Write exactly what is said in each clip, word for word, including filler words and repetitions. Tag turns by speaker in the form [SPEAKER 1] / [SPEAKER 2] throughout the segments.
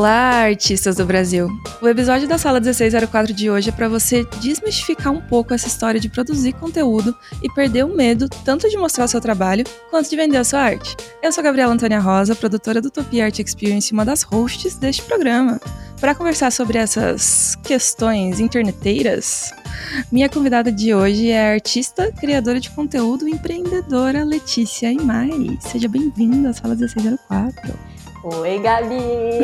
[SPEAKER 1] Olá, artistas do Brasil! O episódio da Sala dezesseis zero quatro de hoje é para você desmistificar um pouco essa história de produzir conteúdo e perder o medo tanto de mostrar o seu trabalho quanto de vender a sua arte. Eu sou a Gabriela Antônia Rosa, produtora do Utopia Art Experience e uma das hosts deste programa. Para conversar sobre essas questões interneteiras, minha convidada de hoje é a artista, criadora de conteúdo e empreendedora Letícia Imai. Seja bem-vinda à Sala dezesseis zero quatro.
[SPEAKER 2] Oi, Gabi!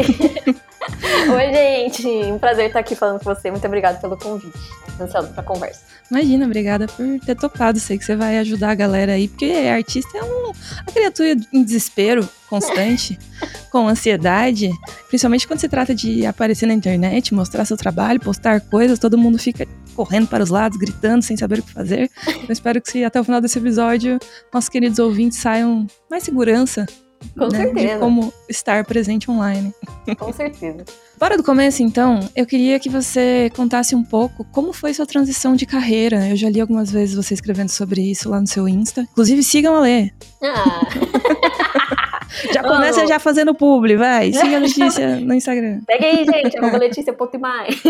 [SPEAKER 2] Oi, gente! Um prazer estar aqui falando com você. Muito obrigada pelo convite. Ansiosa pra conversa.
[SPEAKER 1] Imagina, obrigada por ter topado. Sei que você vai ajudar a galera aí, porque artista é um, uma criatura em desespero constante, com ansiedade. Principalmente quando se trata de aparecer na internet, mostrar seu trabalho, postar coisas, todo mundo fica correndo para os lados, gritando, sem saber o que fazer. Eu espero que até o final desse episódio, nossos queridos ouvintes saiam mais segurança.
[SPEAKER 2] Com
[SPEAKER 1] né,
[SPEAKER 2] certeza.
[SPEAKER 1] De como estar presente online.
[SPEAKER 2] Com certeza.
[SPEAKER 1] Bora do começo, então. Eu queria que você contasse um pouco como foi sua transição de carreira. Eu já li algumas vezes você escrevendo sobre isso lá no seu Insta. Inclusive, sigam a Lê.
[SPEAKER 2] Ah.
[SPEAKER 1] Já começa já fazendo publi, vai. Siga a Letícia no Instagram.
[SPEAKER 2] Pega aí, gente. Arroba Letícia ponto mais.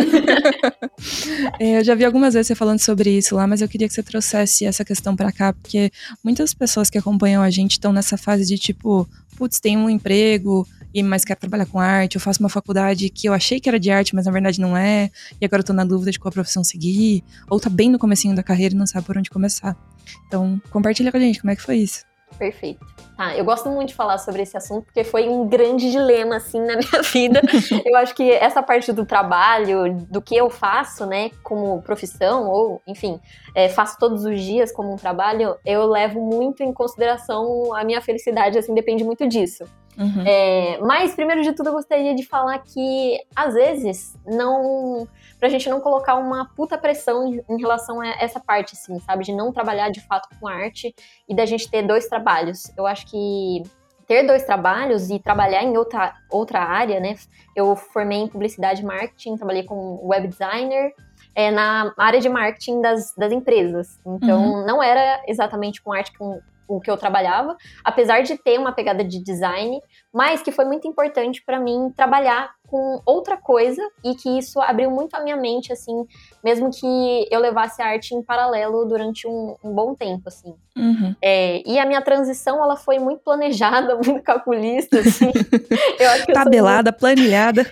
[SPEAKER 1] Eu já vi algumas vezes você falando sobre isso lá, mas eu queria que você trouxesse essa questão pra cá, porque muitas pessoas que acompanham a gente estão nessa fase de tipo, putz, tem um emprego, e mas quero trabalhar com arte, eu faço uma faculdade que eu achei que era de arte, mas na verdade não é, e agora eu tô na dúvida de qual profissão seguir, ou tá bem no comecinho da carreira e não sabe por onde começar. Então, compartilha com a gente, como é que foi isso?
[SPEAKER 2] Perfeito. Tá, eu gosto muito de falar sobre esse assunto, porque foi um grande dilema, assim, na minha vida. Eu acho que essa parte do trabalho, do que eu faço, né, como profissão, ou, enfim, é, faço todos os dias como um trabalho, eu levo muito em consideração a minha felicidade, assim, depende muito disso. Uhum. É, mas, primeiro de tudo, eu gostaria de falar que, às vezes, não... pra gente não colocar uma puta pressão em relação a essa parte, assim, sabe? De não trabalhar, de fato, com arte e da gente ter dois trabalhos. Eu acho que ter dois trabalhos e trabalhar em outra, outra área, né? Eu formei em publicidade e marketing, trabalhei como web designer, é, na área de marketing das, das empresas. Então, uhum. não era exatamente com arte com o que eu trabalhava, apesar de ter uma pegada de design, mas que foi muito importante para mim trabalhar com outra coisa e que isso abriu muito a minha mente, assim, mesmo que eu levasse a arte em paralelo durante um, um bom tempo, assim.
[SPEAKER 1] Uhum.
[SPEAKER 2] É, e a minha transição, ela foi muito planejada, muito calculista, assim. Eu acho que
[SPEAKER 1] tabelada, muito... planilhada.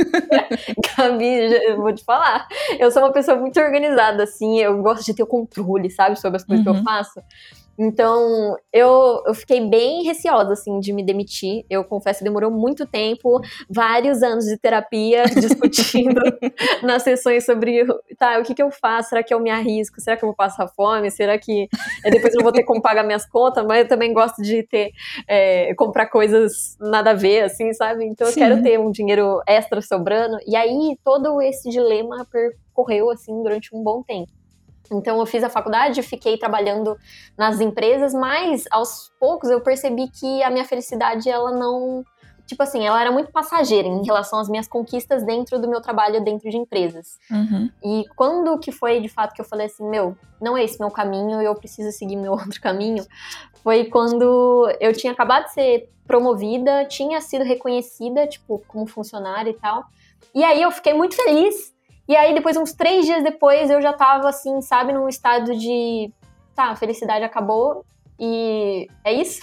[SPEAKER 2] Gabi, eu vou te falar, eu sou uma pessoa muito organizada, assim, eu gosto de ter o controle, sabe, sobre as coisas uhum. que eu faço. Então, eu, eu fiquei bem receosa, assim, de me demitir. Eu confesso que demorou muito tempo, vários anos de terapia, discutindo nas sessões sobre, tá, o que que eu faço? Será que eu me arrisco? Será que eu vou passar fome? Será que depois eu vou ter como pagar minhas contas? Mas eu também gosto de ter, é, comprar coisas nada a ver, assim, sabe? Então, eu Sim. quero ter um dinheiro extra sobrando. E aí, todo esse dilema percorreu, assim, durante um bom tempo. Então, eu fiz a faculdade, fiquei trabalhando nas empresas, mas aos poucos eu percebi que a minha felicidade, ela não... Tipo assim, ela era muito passageira em relação às minhas conquistas dentro do meu trabalho dentro de empresas.
[SPEAKER 1] Uhum.
[SPEAKER 2] E quando que foi, de fato, que eu falei assim, meu, não é esse meu caminho, eu preciso seguir meu outro caminho, foi quando eu tinha acabado de ser promovida, tinha sido reconhecida, tipo, como funcionária e tal. E aí eu fiquei muito feliz. E aí, depois, uns três dias depois, eu já tava, assim, sabe, num estado de... Tá, a felicidade acabou e é isso.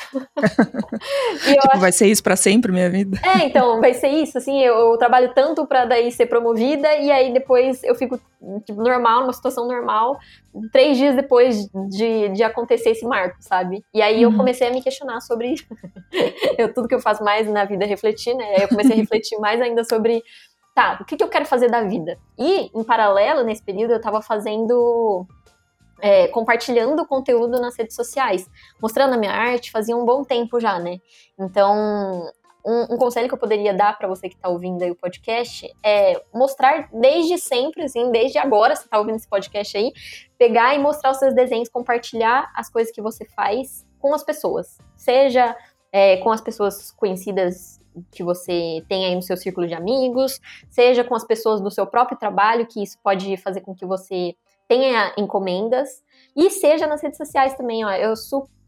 [SPEAKER 2] E
[SPEAKER 1] tipo,
[SPEAKER 2] acho...
[SPEAKER 1] vai ser isso pra sempre, minha vida?
[SPEAKER 2] É, então, vai ser isso, assim, eu, eu trabalho tanto pra daí ser promovida e aí depois eu fico, tipo, normal, numa situação normal, três dias depois de, de acontecer esse marco, sabe? E aí uhum. eu comecei a me questionar sobre... eu, tudo que eu faço mais na vida é refletir, né? Aí eu comecei a refletir mais ainda sobre... Tá, o que, que eu quero fazer da vida? E, em paralelo, nesse período, eu tava fazendo... É, compartilhando conteúdo nas redes sociais. Mostrando a minha arte, fazia um bom tempo já, né? Então, um, um conselho que eu poderia dar pra você que tá ouvindo aí o podcast é mostrar desde sempre, assim, desde agora, você tá ouvindo esse podcast aí, pegar e mostrar os seus desenhos, compartilhar as coisas que você faz com as pessoas. Seja é, com as pessoas conhecidas que você tem aí no seu círculo de amigos, seja com as pessoas do seu próprio trabalho, que isso pode fazer com que você tenha encomendas, e seja nas redes sociais também, ó, eu super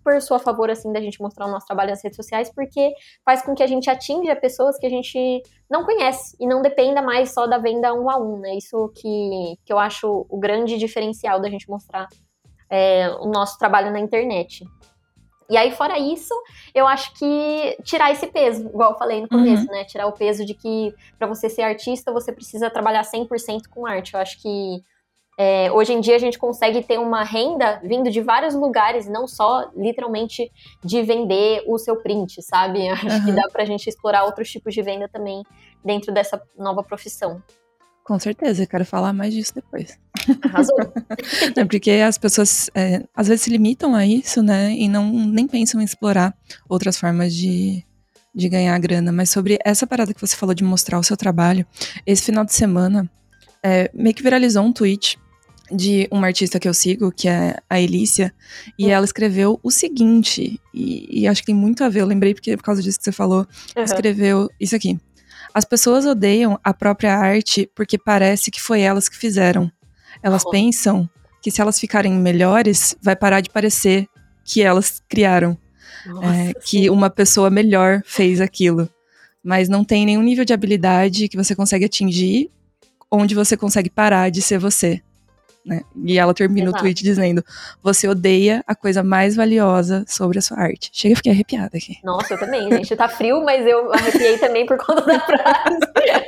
[SPEAKER 2] super sou a favor, assim, da gente mostrar o nosso trabalho nas redes sociais, porque faz com que a gente atinja pessoas que a gente não conhece e não dependa mais só da venda um a um, né? Isso que, que eu acho o grande diferencial da gente mostrar é, o nosso trabalho na internet. E aí, fora isso, eu acho que tirar esse peso, igual eu falei no começo, uhum. né? Tirar o peso de que pra você ser artista, você precisa trabalhar cem por cento com arte. Eu acho que é, hoje em dia a gente consegue ter uma renda vindo de vários lugares, não só, literalmente, de vender o seu print, sabe? Eu acho uhum. que dá pra gente explorar outros tipos de venda também dentro dessa nova profissão.
[SPEAKER 1] Com certeza, eu quero falar mais disso depois.
[SPEAKER 2] Arrasou.
[SPEAKER 1] É porque as pessoas, é, às vezes, se limitam a isso, né? E não, nem pensam em explorar outras formas de, de ganhar grana. Mas sobre essa parada que você falou de mostrar o seu trabalho, esse final de semana, é, meio que viralizou um tweet de uma artista que eu sigo, que é a Elícia, e uhum. ela escreveu o seguinte, e, e acho que tem muito a ver, eu lembrei porque por causa disso que você falou, uhum. escreveu isso aqui. As pessoas odeiam a própria arte porque parece que foi elas que fizeram. Elas oh. pensam que se elas ficarem melhores, vai parar de parecer que elas criaram. Nossa, é, que uma pessoa melhor fez aquilo. Mas não tem nenhum nível de habilidade que você consegue atingir, onde você consegue parar de ser você. Né? E ela termina Exato. O tweet dizendo: você odeia a coisa mais valiosa sobre a sua arte. Chega, eu fiquei arrepiada aqui.
[SPEAKER 2] Nossa, eu também, gente. Tá frio, mas eu arrepiei também por conta da frase.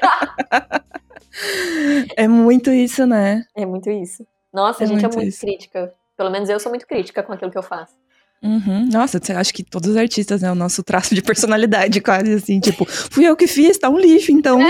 [SPEAKER 1] É muito isso, né?
[SPEAKER 2] É muito isso. Nossa,
[SPEAKER 1] é
[SPEAKER 2] a gente
[SPEAKER 1] muito
[SPEAKER 2] é muito
[SPEAKER 1] isso.
[SPEAKER 2] crítica. Pelo menos eu sou muito crítica com aquilo que eu faço.
[SPEAKER 1] Uhum. Nossa, você acha que todos os artistas, né? O nosso traço de personalidade, quase assim, tipo, fui eu que fiz, tá um lixo, então.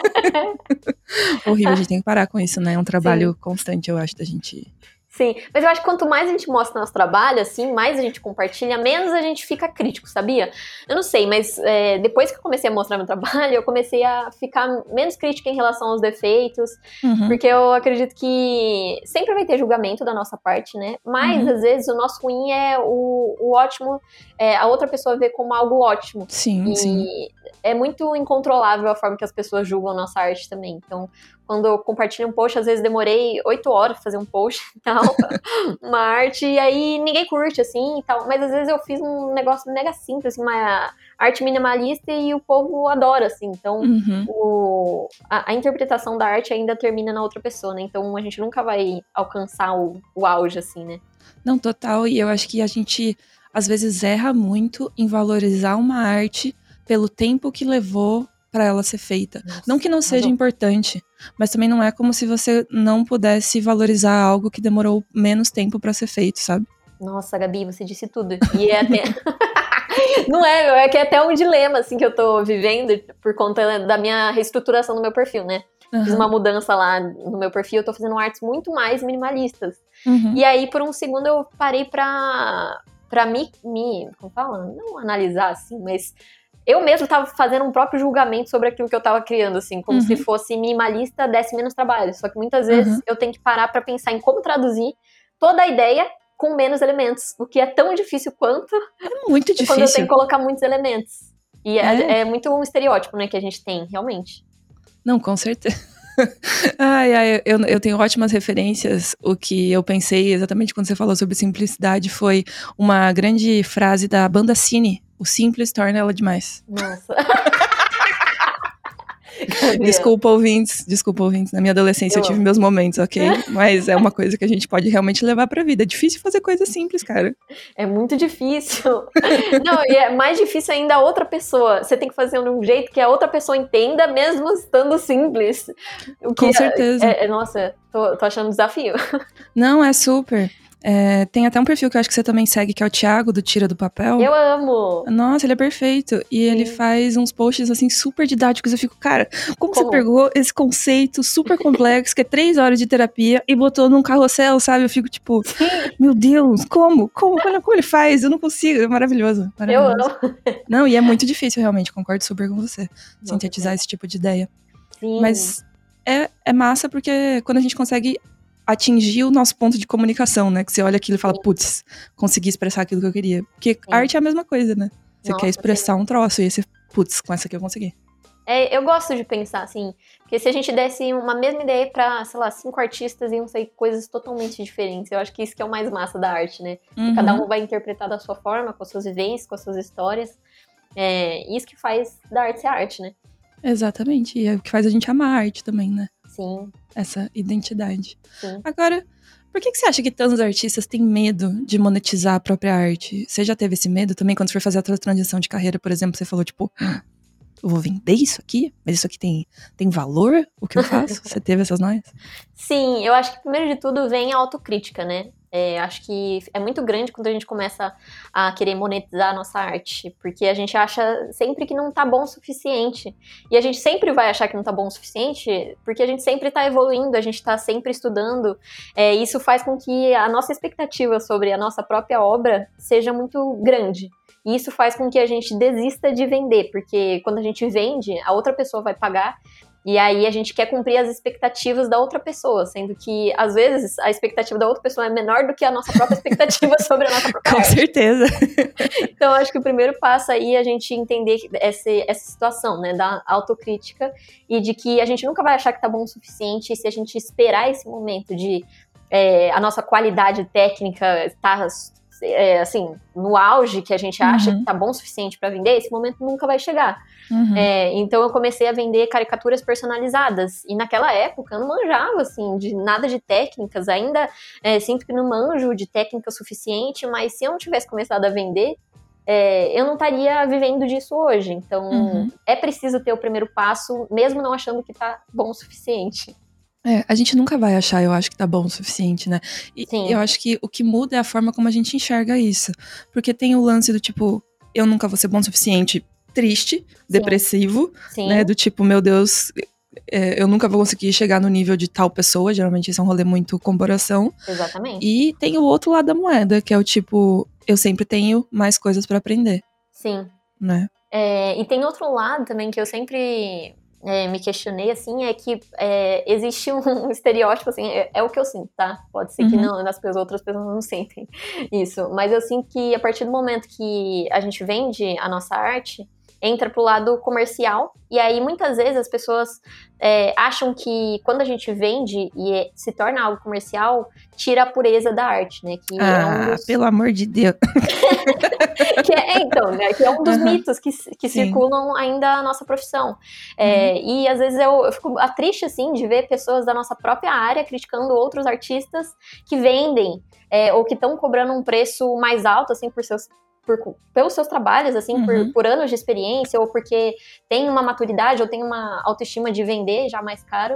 [SPEAKER 1] Horrível, a gente tem que parar com isso, né? É um trabalho Sim. constante, eu acho, da gente...
[SPEAKER 2] Sim, mas eu acho que quanto mais a gente mostra nosso trabalho, assim, mais a gente compartilha, menos a gente fica crítico, sabia? Eu não sei, mas é, depois que eu comecei a mostrar meu trabalho, eu comecei a ficar menos crítica em relação aos defeitos, uhum. porque eu acredito que sempre vai ter julgamento da nossa parte, né? Mas, uhum. às vezes, o nosso ruim é o, o ótimo, é, a outra pessoa vê como algo ótimo.
[SPEAKER 1] Sim,
[SPEAKER 2] e
[SPEAKER 1] sim.
[SPEAKER 2] É muito incontrolável a forma que as pessoas julgam a nossa arte também. Então, quando eu compartilho um post, às vezes demorei oito horas pra fazer um post e tal, uma arte, e aí ninguém curte, assim, e tal. Mas às vezes eu fiz um negócio mega simples, uma arte minimalista, e o povo adora, assim. Então,
[SPEAKER 1] uhum.
[SPEAKER 2] o, a, a interpretação da arte ainda termina na outra pessoa, né? Então, a gente nunca vai alcançar o, o auge, assim, né?
[SPEAKER 1] Não, total. E eu acho que a gente, às vezes, erra muito em valorizar uma arte pelo tempo que levou para ela ser feita. Nossa, não que não seja não. importante, mas também não é como se você não pudesse valorizar algo que demorou menos tempo para ser feito, sabe?
[SPEAKER 2] Nossa, Gabi, você disse tudo. E é até... não é, é que é até um dilema, assim, que eu tô vivendo por conta da minha reestruturação do meu perfil, né? Uhum. Fiz uma mudança lá no meu perfil, eu tô fazendo artes muito mais minimalistas. Uhum. E aí, por um segundo, eu parei pra, pra me, me... Como fala? Não analisar, assim, mas... Eu mesmo tava fazendo um próprio julgamento sobre aquilo que eu tava criando, assim, como uhum. se fosse minimalista, desse menos trabalho. Só que muitas vezes uhum. eu tenho que parar pra pensar em como traduzir toda a ideia com menos elementos, o que é tão difícil quanto...
[SPEAKER 1] É muito difícil.
[SPEAKER 2] Quando eu tenho que colocar muitos elementos. E é, é. é muito um estereótipo, né, que a gente tem, realmente.
[SPEAKER 1] Não, com certeza. Ai, ai, eu, eu tenho ótimas referências. O que eu pensei exatamente quando você falou sobre simplicidade foi uma grande frase da banda Cine: o simples torna ela demais.
[SPEAKER 2] Nossa.
[SPEAKER 1] Desculpa, ouvintes, desculpa, ouvintes. Na minha adolescência eu, eu tive amo. meus momentos, ok? Mas é uma coisa que a gente pode realmente levar pra vida. É difícil fazer coisas simples, cara.
[SPEAKER 2] É muito difícil. Não, e é mais difícil ainda a outra pessoa. Você tem que fazer de um jeito que a outra pessoa entenda, mesmo estando simples. O que
[SPEAKER 1] Com certeza.
[SPEAKER 2] É, é, nossa, tô, tô achando um desafio.
[SPEAKER 1] Não, é super. É, tem até um perfil que eu acho que você também segue, que é o Thiago, do Tira do Papel.
[SPEAKER 2] Eu amo!
[SPEAKER 1] Nossa, ele é perfeito. E Sim. ele faz uns posts, assim, super didáticos. Eu fico, cara, como, como? você pegou esse conceito super complexo, que é três horas de terapia, e botou num carrossel, sabe? Eu fico, tipo, Sim. meu Deus, como? Como? Como ele faz? Eu não consigo. É maravilhoso. maravilhoso.
[SPEAKER 2] Eu amo.
[SPEAKER 1] Não, e é muito difícil, realmente. Concordo super com você. Nossa, sintetizar é. esse tipo de ideia.
[SPEAKER 2] Sim.
[SPEAKER 1] Mas é, é massa, porque quando a gente consegue atingir o nosso ponto de comunicação, né? Que você olha aquilo e fala, putz, consegui expressar aquilo que eu queria. Porque sim. arte é a mesma coisa, né? Você Nossa, quer expressar sim. um troço e aí você, putz, com essa aqui eu consegui.
[SPEAKER 2] É, eu gosto de pensar assim, porque se a gente desse uma mesma ideia pra, sei lá, cinco artistas, iam sair coisas totalmente diferentes. Eu acho que isso que é o mais massa da arte, né?
[SPEAKER 1] Uhum.
[SPEAKER 2] Que cada um vai interpretar da sua forma, com as suas vivências, com as suas histórias. É isso que faz da arte ser arte, né?
[SPEAKER 1] Exatamente, e é o que faz a gente amar a arte também, né?
[SPEAKER 2] Sim.
[SPEAKER 1] Essa identidade.
[SPEAKER 2] Sim.
[SPEAKER 1] Agora, por que, que você acha que tantos artistas têm medo de monetizar a própria arte? Você já teve esse medo também? Quando você foi fazer a sua transição de carreira, por exemplo, você falou, tipo, eu vou vender isso aqui? Mas isso aqui tem, tem valor? O que eu faço? Você teve essas noias?
[SPEAKER 2] Sim, eu acho que primeiro de tudo vem a autocrítica, né? É, acho que é muito grande quando a gente começa a querer monetizar a nossa arte, porque a gente acha sempre que não tá bom o suficiente. E a gente sempre vai achar que não tá bom o suficiente, porque a gente sempre tá evoluindo, a gente tá sempre estudando. É, isso faz com que a nossa expectativa sobre a nossa própria obra seja muito grande. E isso faz com que a gente desista de vender, porque quando a gente vende, a outra pessoa vai pagar. E aí a gente quer cumprir as expectativas da outra pessoa, sendo que, às vezes, a expectativa da outra pessoa é menor do que a nossa própria expectativa sobre a nossa própria
[SPEAKER 1] Com
[SPEAKER 2] arte.
[SPEAKER 1] certeza.
[SPEAKER 2] Então, acho que o primeiro passo aí é a gente entender essa, essa situação, né, da autocrítica e de que a gente nunca vai achar que tá bom o suficiente e se a gente esperar esse momento de é, a nossa qualidade técnica estar... É, assim, no auge que a gente acha
[SPEAKER 1] Uhum.
[SPEAKER 2] que tá bom o suficiente para vender, esse momento nunca vai chegar.
[SPEAKER 1] Uhum.
[SPEAKER 2] É, então eu comecei a vender caricaturas personalizadas, e naquela época eu não manjava, assim, de nada de técnicas, ainda é, sinto que não manjo de técnica suficiente, mas se eu não tivesse começado a vender, é, eu não estaria vivendo disso hoje. Então
[SPEAKER 1] Uhum.
[SPEAKER 2] é preciso ter o primeiro passo, mesmo não achando que tá bom o suficiente.
[SPEAKER 1] É, a gente nunca vai achar, eu acho, que tá bom o suficiente, né? E
[SPEAKER 2] Sim.
[SPEAKER 1] eu acho que o que muda é a forma como a gente enxerga isso. Porque tem o lance do tipo, eu nunca vou ser bom o suficiente, triste,
[SPEAKER 2] Sim.
[SPEAKER 1] depressivo,
[SPEAKER 2] Sim.
[SPEAKER 1] né? Do tipo, meu Deus, é, eu nunca vou conseguir chegar no nível de tal pessoa. Geralmente isso é um rolê muito comparação.
[SPEAKER 2] Exatamente.
[SPEAKER 1] E tem o outro lado da moeda, que é o tipo, eu sempre tenho mais coisas pra aprender.
[SPEAKER 2] Sim.
[SPEAKER 1] Né?
[SPEAKER 2] É, e tem outro lado também que eu sempre... É, me questionei, assim, é que é, existe um, um estereótipo, assim, é, é o que eu sinto, tá? Pode ser que
[SPEAKER 1] Uhum.
[SPEAKER 2] não, as pessoas, outras pessoas não sentem isso, mas eu sinto que a partir do momento que a gente vende a nossa arte, entra pro lado comercial, e aí muitas vezes as pessoas é, acham que quando a gente vende e é, se torna algo comercial, tira a pureza da arte, né? Que
[SPEAKER 1] ah,
[SPEAKER 2] é um dos...
[SPEAKER 1] pelo amor de Deus.
[SPEAKER 2] que é, então, né, que é um dos
[SPEAKER 1] Uhum.
[SPEAKER 2] mitos que, que circulam ainda a nossa profissão. É, uhum. E às vezes eu, eu fico triste, assim, de ver pessoas da nossa própria área criticando outros artistas que vendem é, ou que estão cobrando um preço mais alto, assim, por seus... Por, pelos seus trabalhos, assim,
[SPEAKER 1] uhum.
[SPEAKER 2] por, por anos de experiência, ou porque tem uma maturidade, ou tem uma autoestima de vender já mais caro.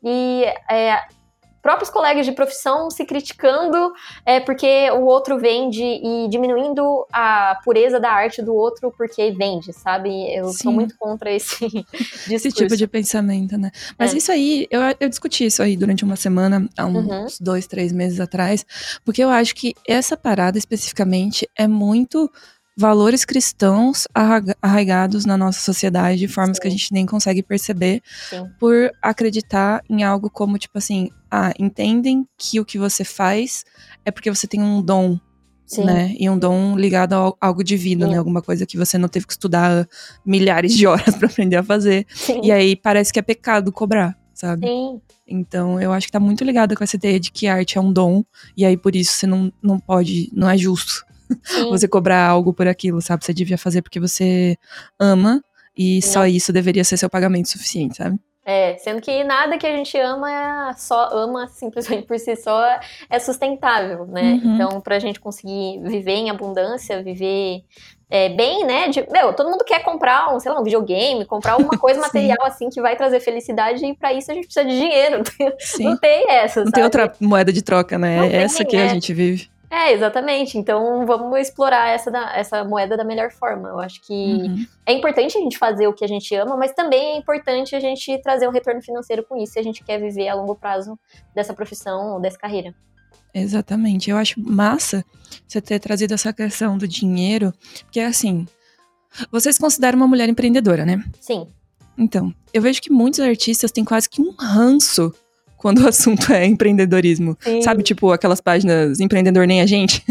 [SPEAKER 2] E é, próprios colegas de profissão se criticando é, porque o outro vende e diminuindo a pureza da arte do outro porque vende, sabe? Eu
[SPEAKER 1] Sim.
[SPEAKER 2] sou muito contra esse discurso.
[SPEAKER 1] Esse tipo de pensamento, né? Mas
[SPEAKER 2] é.
[SPEAKER 1] isso aí, eu, eu discuti isso aí durante uma semana, há uns uhum. dois, três meses atrás, porque eu acho que essa parada especificamente é muito valores cristãos arraigados na nossa sociedade de formas Sim. que a gente nem consegue perceber
[SPEAKER 2] Sim.
[SPEAKER 1] por acreditar em algo como, tipo assim, ah, entendem que o que você faz é porque você tem um dom, Sim. né? E um dom ligado a algo divino, Sim. né? Alguma coisa que você não teve que estudar milhares de horas pra aprender a fazer.
[SPEAKER 2] Sim.
[SPEAKER 1] E aí parece que é pecado cobrar, sabe?
[SPEAKER 2] Sim.
[SPEAKER 1] Então eu acho que tá muito ligado com essa ideia de que a arte é um dom, e aí por isso você não, não pode, não é justo Sim. você cobrar algo por aquilo, sabe? Você devia fazer porque você ama, e Sim. só isso deveria ser seu pagamento suficiente, sabe?
[SPEAKER 2] É, sendo que nada que a gente ama, só ama simplesmente por si só, é sustentável, né?
[SPEAKER 1] Uhum.
[SPEAKER 2] Então, pra gente conseguir viver em abundância, viver é, bem, né? De, meu, todo mundo quer comprar um, sei lá, um videogame, comprar alguma coisa material assim que vai trazer felicidade, e pra isso a gente precisa de dinheiro.
[SPEAKER 1] Sim.
[SPEAKER 2] Não tem essa,
[SPEAKER 1] Não
[SPEAKER 2] sabe?
[SPEAKER 1] tem outra moeda de troca, né?
[SPEAKER 2] Não
[SPEAKER 1] é
[SPEAKER 2] tem,
[SPEAKER 1] essa que
[SPEAKER 2] é.
[SPEAKER 1] a gente vive.
[SPEAKER 2] É, exatamente. Então, vamos explorar essa, da, essa moeda da melhor forma. Eu acho que uhum. é importante a gente fazer o que a gente ama, mas também é importante a gente trazer um retorno financeiro com isso, se a gente quer viver a longo prazo dessa profissão ou dessa carreira.
[SPEAKER 1] Exatamente. Eu acho massa você ter trazido essa questão do dinheiro, porque, assim, você se considera uma mulher empreendedora, né?
[SPEAKER 2] Sim.
[SPEAKER 1] Então, eu vejo que muitos artistas têm quase que um ranço quando o assunto é empreendedorismo.
[SPEAKER 2] Sim.
[SPEAKER 1] Sabe, tipo, aquelas páginas empreendedor nem a gente?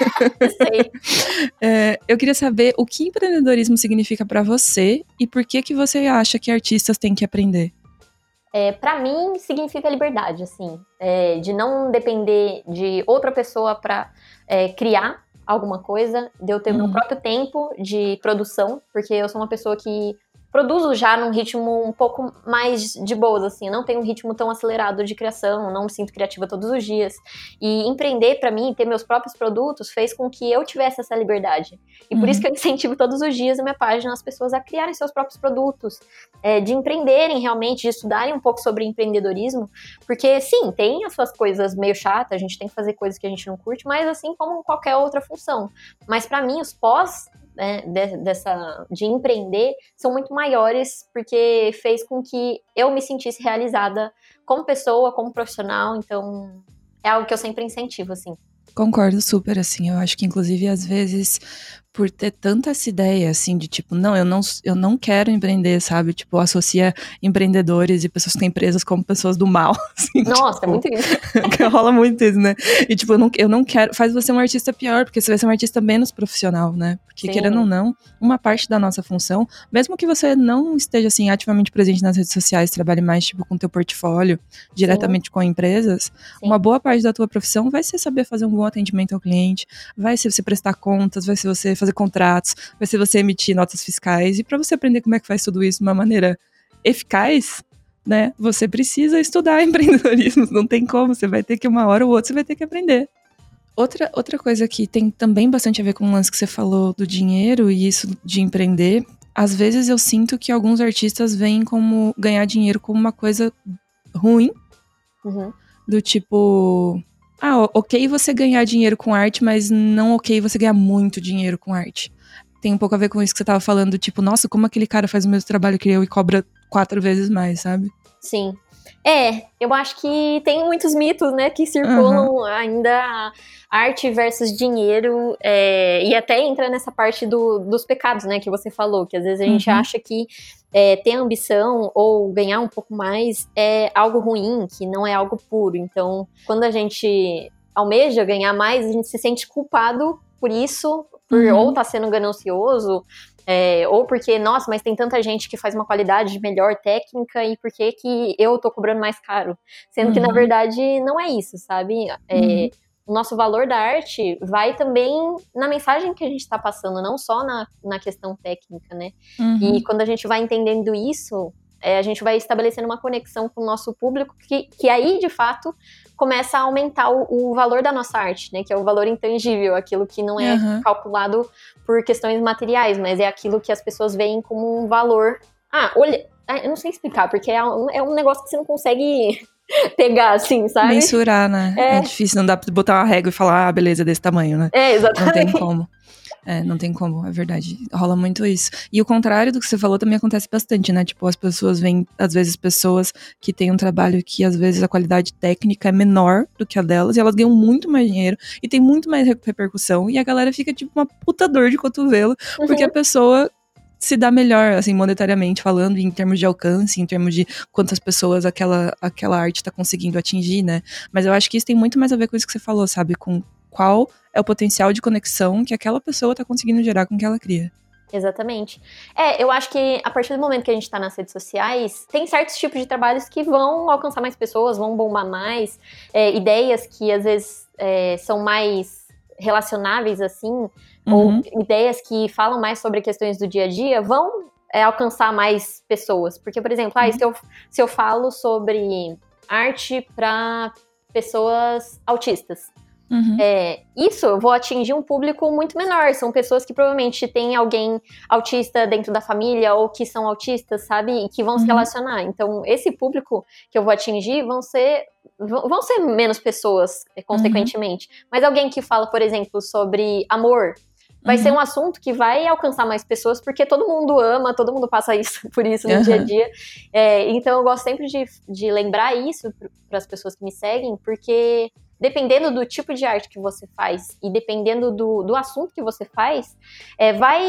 [SPEAKER 2] Sei.
[SPEAKER 1] É, eu queria saber o que empreendedorismo significa pra você e por que que você acha que artistas têm que aprender?
[SPEAKER 2] É, para mim, significa liberdade, assim, é, de não depender de outra pessoa para é, criar alguma coisa, de eu ter
[SPEAKER 1] Uhum.
[SPEAKER 2] meu próprio tempo de produção, porque eu sou uma pessoa que produzo já num ritmo um pouco mais de boas, assim, eu não tenho um ritmo tão acelerado de criação, não me sinto criativa todos os dias. E empreender pra mim, ter meus próprios produtos, fez com que eu tivesse essa liberdade. E por
[SPEAKER 1] Uhum.
[SPEAKER 2] isso que eu incentivo todos os dias na minha página as pessoas a criarem seus próprios produtos, é, de empreenderem realmente, de estudarem um pouco sobre empreendedorismo, porque sim, tem as suas coisas meio chatas, a gente tem que fazer coisas que a gente não curte, mas assim como qualquer outra função. Mas pra mim, os pós Né, de, dessa, de empreender são muito maiores, porque fez com que eu me sentisse realizada como pessoa, como profissional, então é algo que eu sempre incentivo, assim.
[SPEAKER 1] Concordo super, assim, eu acho que inclusive às vezes por ter tanta essa ideia, assim, de tipo, não, eu não, eu não quero empreender, sabe, tipo, associa empreendedores e pessoas que têm empresas como pessoas do mal, assim.
[SPEAKER 2] Nossa,
[SPEAKER 1] tipo,
[SPEAKER 2] é muito isso.
[SPEAKER 1] rola muito isso, né, e tipo, eu não, eu não quero, faz você um artista pior, porque você vai ser um artista menos profissional, né, porque
[SPEAKER 2] Sim.
[SPEAKER 1] querendo ou não, uma parte da nossa função, mesmo que você não esteja, assim, ativamente presente nas redes sociais, trabalhe mais, tipo, com teu portfólio, diretamente Sim. com empresas, Sim. uma boa parte da tua profissão vai ser saber fazer um bom atendimento ao cliente, vai ser você prestar contas, vai ser você fazer contratos, vai ser você emitir notas fiscais, e para você aprender como é que faz tudo isso de uma maneira eficaz, né, você precisa estudar empreendedorismo, não tem como, você vai ter que uma hora ou outra você vai ter que aprender. Outra, outra coisa que tem também bastante a ver com o lance que você falou do dinheiro e isso de empreender, às vezes eu sinto que alguns artistas veem como ganhar dinheiro como uma coisa ruim,
[SPEAKER 2] uhum.
[SPEAKER 1] do tipo... Ah, ok você ganhar dinheiro com arte, mas não ok você ganhar muito dinheiro com arte. Tem um pouco a ver com isso que você tava falando, tipo, nossa, como aquele cara faz o mesmo trabalho que eu e cobra quatro vezes mais, sabe?
[SPEAKER 2] Sim. É, eu acho que tem muitos mitos, né, que circulam uhum. ainda arte versus dinheiro, é, e até entra nessa parte do, dos pecados, né, que você falou, que às vezes a gente uhum. acha que é, ter ambição ou ganhar um pouco mais é algo ruim, que não é algo puro. Então, quando a gente almeja ganhar mais, a gente se sente culpado por isso, por uhum. ou tá sendo ganancioso, É, ou porque, nossa, mas tem tanta gente que faz uma qualidade melhor técnica e por que que eu tô cobrando mais caro? Sendo uhum. que, na verdade, não é isso, sabe? É, uhum. O nosso valor da arte vai também na mensagem que a gente tá passando, não só na, na questão técnica, né? Uhum. E quando a gente vai entendendo isso, é, a gente vai estabelecendo uma conexão com o nosso público que, que aí, de fato, começa a aumentar o, o valor da nossa arte, né? Que é o valor intangível, aquilo que não é uhum. calculado por questões materiais, mas é aquilo que as pessoas veem como um valor. Ah, olha, eu não sei explicar, porque é um, é um negócio que você não consegue pegar, assim, sabe?
[SPEAKER 1] Mensurar, né? É, é difícil, não dá pra botar uma régua e falar, ah, beleza, é desse tamanho, né?
[SPEAKER 2] É, exatamente.
[SPEAKER 1] Não tem como. É, não tem como, é verdade. Rola muito isso. E o contrário do que você falou também acontece bastante, né? Tipo, as pessoas veem, às vezes, pessoas que têm um trabalho que, às vezes, a qualidade técnica é menor do que a delas, e elas ganham muito mais dinheiro, e tem muito mais repercussão, e a galera fica, tipo, uma puta dor de cotovelo, uhum. porque a pessoa se dá melhor, assim, monetariamente falando, em termos de alcance, em termos de quantas pessoas aquela, aquela arte tá conseguindo atingir, né? Mas eu acho que isso tem muito mais a ver com isso que você falou, sabe? Com qual é o potencial de conexão que aquela pessoa tá conseguindo gerar com o que ela cria.
[SPEAKER 2] Exatamente. É, eu acho que a partir do momento que a gente tá nas redes sociais, tem certos tipos de trabalhos que vão alcançar mais pessoas, vão bombar mais, é, ideias que às vezes é, são mais relacionáveis, assim, uhum. ou ideias que falam mais sobre questões do dia a dia, vão é, alcançar mais pessoas. Porque, por exemplo, uhum. ah, se, eu, se eu falo sobre arte para pessoas autistas, Uhum. É, isso eu vou atingir um público muito menor. São pessoas que provavelmente têm alguém autista dentro da família ou que são autistas, sabe? E que vão uhum. se relacionar. Então, esse público que eu vou atingir vão ser, vão ser menos pessoas, consequentemente. Uhum. Mas alguém que fala, por exemplo, sobre amor, vai uhum. ser um assunto que vai alcançar mais pessoas, porque todo mundo ama, todo mundo passa isso, por isso no uhum. dia a dia. É, então, eu gosto sempre de, de lembrar isso para as pessoas que me seguem, porque dependendo do tipo de arte que você faz e dependendo do, do assunto que você faz, é, vai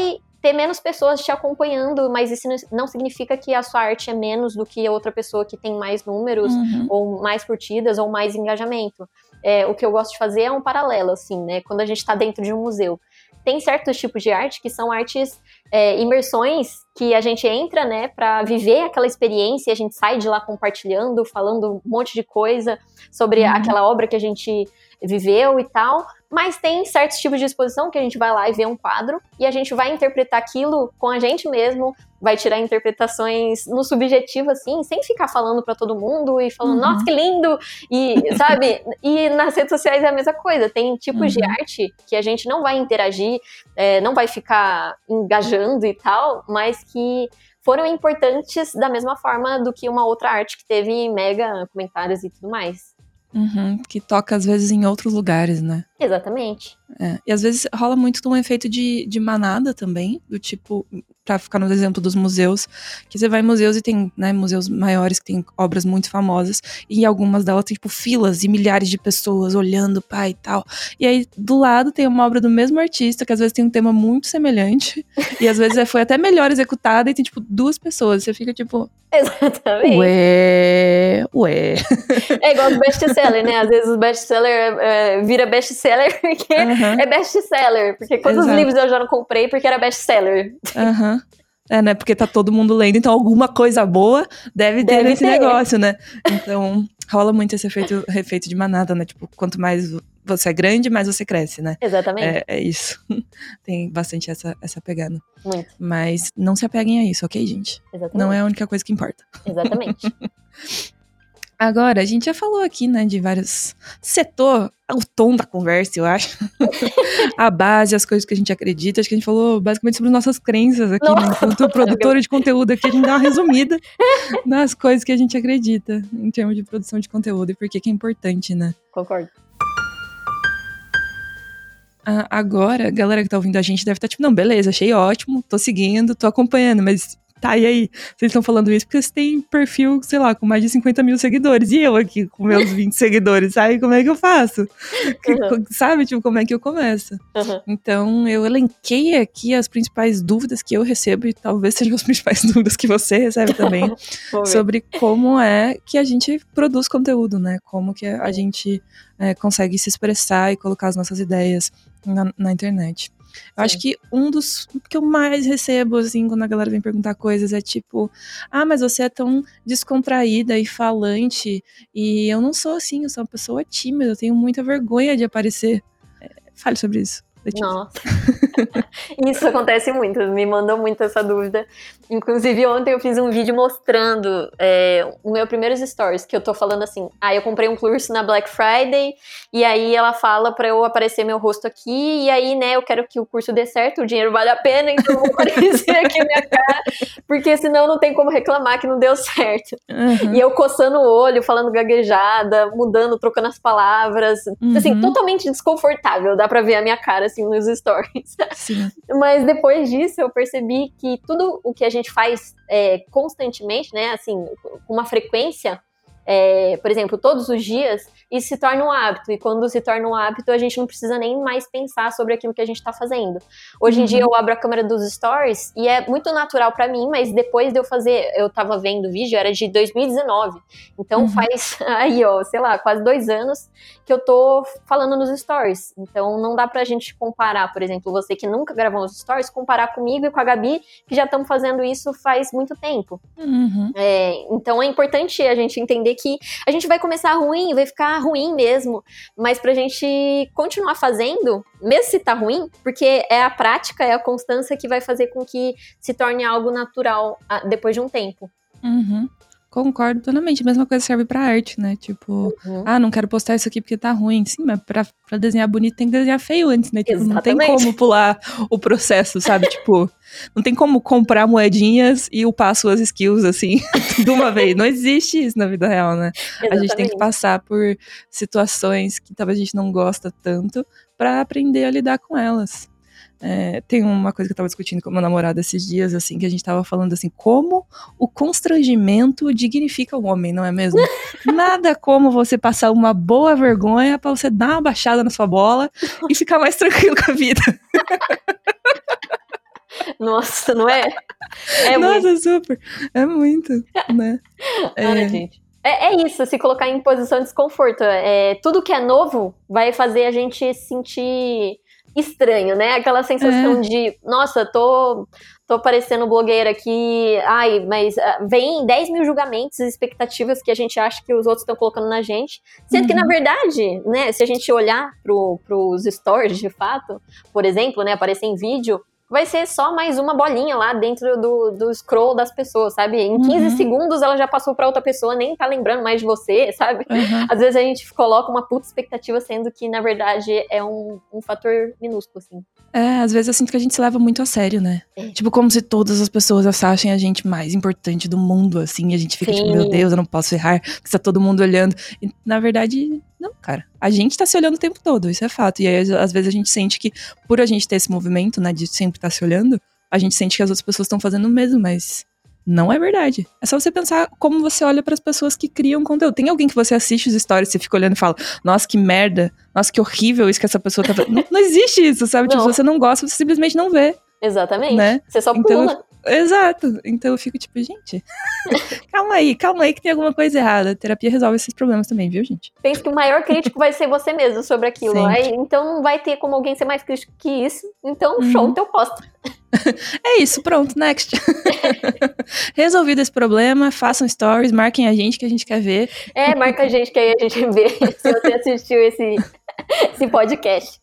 [SPEAKER 2] ter menos pessoas te acompanhando, mas isso não significa que a sua arte é menos do que a outra pessoa que tem mais números, uhum. ou mais curtidas, ou mais engajamento. É, o que eu gosto de fazer é um paralelo, assim, né? Quando a gente tá dentro de um museu. Tem certos tipos de arte que são artes, é, imersões, que a gente entra, né, pra viver aquela experiência, e a gente sai de lá compartilhando, falando um monte de coisa sobre uhum. aquela obra que a gente viveu e tal, mas tem certos tipos de exposição que a gente vai lá e vê um quadro, e a gente vai interpretar aquilo com a gente mesmo, vai tirar interpretações no subjetivo, assim, sem ficar falando pra todo mundo e falando, uhum. nossa, que lindo, e, sabe, e nas redes sociais é a mesma coisa, tem tipos uhum. de arte que a gente não vai interagir, é, não vai ficar engajando e tal, mas que foram importantes da mesma forma do que uma outra arte que teve mega comentários e tudo mais.
[SPEAKER 1] Uhum, que toca às vezes em outros lugares, né?
[SPEAKER 2] Exatamente.
[SPEAKER 1] É, e às vezes rola muito de um efeito de, de manada também, do tipo, pra ficar no exemplo dos museus, que você vai em museus e tem, né, museus maiores que tem obras muito famosas, e em algumas delas tem, tipo, filas e milhares de pessoas olhando, pá, e tal. E aí, do lado, tem uma obra do mesmo artista, que às vezes tem um tema muito semelhante, e às vezes foi até melhor executada, e tem, tipo, duas pessoas. Você fica, tipo...
[SPEAKER 2] Exatamente.
[SPEAKER 1] Ué, ué.
[SPEAKER 2] É igual os best-seller, né? Às vezes o best-seller é, vira best-seller porque uhum. é best-seller. Porque quantos Exato. livros eu já não comprei porque era best-seller?
[SPEAKER 1] Aham. Uhum. É, né? Porque tá todo mundo lendo, então alguma coisa boa deve ter deve nesse ter. negócio, né? Então, rola muito esse efeito, efeito de manada, né? Tipo, quanto mais você é grande, mais você cresce, né?
[SPEAKER 2] Exatamente.
[SPEAKER 1] É, é isso. Tem bastante essa, essa pegada.
[SPEAKER 2] Muito.
[SPEAKER 1] Mas não se apeguem a isso, ok, gente?
[SPEAKER 2] Exatamente.
[SPEAKER 1] Não é a única coisa que importa.
[SPEAKER 2] Exatamente.
[SPEAKER 1] Agora, a gente já falou aqui, né, de vários setor, o tom da conversa, eu acho. A base, as coisas que a gente acredita. Acho que a gente falou basicamente sobre nossas crenças aqui, né? Enquanto produtora de conteúdo aqui, a gente dá uma resumida nas coisas que a gente acredita em termos de produção de conteúdo e por que que é importante, né?
[SPEAKER 2] Concordo.
[SPEAKER 1] Ah, agora, a galera que tá ouvindo a gente deve estar tipo, não, beleza, achei ótimo, tô seguindo, tô acompanhando, mas... Tá, e aí? Vocês estão falando isso porque vocês têm perfil, sei lá, com mais de cinquenta mil seguidores. E eu aqui com meus vinte seguidores, sabe? Como é que eu faço? Uhum. Sabe, tipo, como é que eu começo? Uhum. Então, eu elenquei aqui as principais dúvidas que eu recebo, e talvez sejam as principais dúvidas que você recebe também, sobre como é que a gente produz conteúdo, né? Como que a gente é, consegue se expressar e colocar as nossas ideias na, na internet. Eu Sim. acho que um dos que eu mais recebo, assim, quando a galera vem perguntar coisas é tipo, ah, mas você é tão descontraída e falante, e eu não sou assim, eu sou uma pessoa tímida, eu tenho muita vergonha de aparecer. É, fale sobre isso.
[SPEAKER 2] Nossa, isso acontece muito, me mandam muito essa dúvida. Inclusive ontem eu fiz um vídeo mostrando é, o meu primeiros stories, que eu tô falando assim, ah, eu comprei um curso na Black Friday, e aí ela fala pra eu aparecer meu rosto aqui, e aí, né, eu quero que o curso dê certo, o dinheiro vale a pena, então eu vou aparecer aqui a minha cara, porque senão não tem como reclamar que não deu certo. Uhum. E eu coçando o olho, falando gaguejada, mudando, trocando as palavras, uhum. assim, totalmente desconfortável, dá pra ver a minha cara, assim, nos stories.
[SPEAKER 1] Sim.
[SPEAKER 2] Mas depois disso eu percebi que tudo o que a gente faz é, constantemente, né, assim, com uma frequência, é, por exemplo, todos os dias, isso se torna um hábito, e quando se torna um hábito, a gente não precisa nem mais pensar sobre aquilo que a gente tá fazendo. Hoje uhum. em dia eu abro a câmera dos stories, e é muito natural pra mim, mas depois de eu fazer, eu tava vendo o vídeo, era de dois mil e dezenove, então uhum. faz aí, ó, sei lá, quase dois anos que eu tô falando nos stories, então não dá pra gente comparar, por exemplo, você que nunca gravou nos stories, comparar comigo e com a Gabi, que já estamos fazendo isso faz muito tempo.
[SPEAKER 1] Uhum.
[SPEAKER 2] É, então é importante a gente entender que a gente vai começar ruim, vai ficar ruim mesmo, mas pra gente continuar fazendo, mesmo se tá ruim, porque é a prática, é a constância que vai fazer com que se torne algo natural depois de um tempo.
[SPEAKER 1] Uhum. Concordo plenamente, a mesma coisa serve pra arte, né, tipo, uhum. ah, não quero postar isso aqui porque tá ruim, sim, mas pra, pra desenhar bonito tem que desenhar feio antes, né, tipo, não tem como pular o processo, sabe, tipo, não tem como comprar moedinhas e upar suas skills, assim, de uma vez, não existe isso na vida real, né, Exatamente. A gente tem que passar por situações que talvez a gente não gosta tanto pra aprender a lidar com elas. É, tem uma coisa que eu tava discutindo com meu namorado esses dias, assim, que a gente tava falando assim, como o constrangimento dignifica o homem, não é mesmo? Nada como você passar uma boa vergonha pra você dar uma baixada na sua bola e ficar mais tranquilo com a vida.
[SPEAKER 2] Nossa, não é? É
[SPEAKER 1] Nossa,
[SPEAKER 2] muito.
[SPEAKER 1] super. É muito, né? É.
[SPEAKER 2] Ai, gente. É, é isso, se colocar em posição de desconforto. É, tudo que é novo vai fazer a gente sentir estranho, né? Aquela sensação
[SPEAKER 1] É.
[SPEAKER 2] de, nossa, tô, tô parecendo blogueira aqui, ai, mas uh, vem dez mil julgamentos e expectativas que a gente acha que os outros estão colocando na gente, sendo
[SPEAKER 1] Uhum.
[SPEAKER 2] que, na verdade, né, se a gente olhar pro, pros stories, de fato, por exemplo, né, aparecer em vídeo, vai ser só mais uma bolinha lá dentro do, do scroll das pessoas, sabe? Em quinze
[SPEAKER 1] Uhum.
[SPEAKER 2] segundos ela já passou pra outra pessoa, nem tá lembrando mais de você, sabe?
[SPEAKER 1] Uhum.
[SPEAKER 2] Às vezes a gente coloca uma puta expectativa, sendo que, na verdade, é um, um fator minúsculo, assim.
[SPEAKER 1] É, às vezes eu sinto que a gente se leva muito a sério, né?
[SPEAKER 2] É.
[SPEAKER 1] Tipo, como se todas as pessoas achem a gente mais importante do mundo, assim. E a gente fica
[SPEAKER 2] Sim.
[SPEAKER 1] tipo, meu Deus, eu não posso errar, porque está todo mundo olhando. E, na verdade, não, cara. A gente tá se olhando o tempo todo, isso é fato. E aí, às vezes, a gente sente que, por a gente ter esse movimento, né, de sempre estar tá se olhando, a gente sente que as outras pessoas estão fazendo o mesmo, mas não é verdade. É só você pensar como você olha pras pessoas que criam conteúdo. Tem alguém que você assiste os stories, você fica olhando e fala, nossa, que merda, nossa, que horrível isso que essa pessoa tá fazendo. não, não existe isso, sabe? Tipo,
[SPEAKER 2] Não.
[SPEAKER 1] se você não gosta, você simplesmente não vê.
[SPEAKER 2] Exatamente.
[SPEAKER 1] Né?
[SPEAKER 2] Você só
[SPEAKER 1] Então,
[SPEAKER 2] pula.
[SPEAKER 1] Exato. Então eu fico tipo, gente, calma aí, calma aí que tem alguma coisa errada. A terapia resolve esses problemas também, viu, gente?
[SPEAKER 2] Pensa que o maior crítico vai ser você mesmo sobre aquilo. Aí,
[SPEAKER 1] Sempre.
[SPEAKER 2] então não vai ter como alguém ser mais crítico que isso. Então,
[SPEAKER 1] Uhum.
[SPEAKER 2] show, teu posto.
[SPEAKER 1] É isso, pronto, next. Resolvido esse problema, façam stories, marquem a gente que a gente quer ver.
[SPEAKER 2] É, marca a gente que aí a gente vê se você assistiu esse, esse podcast.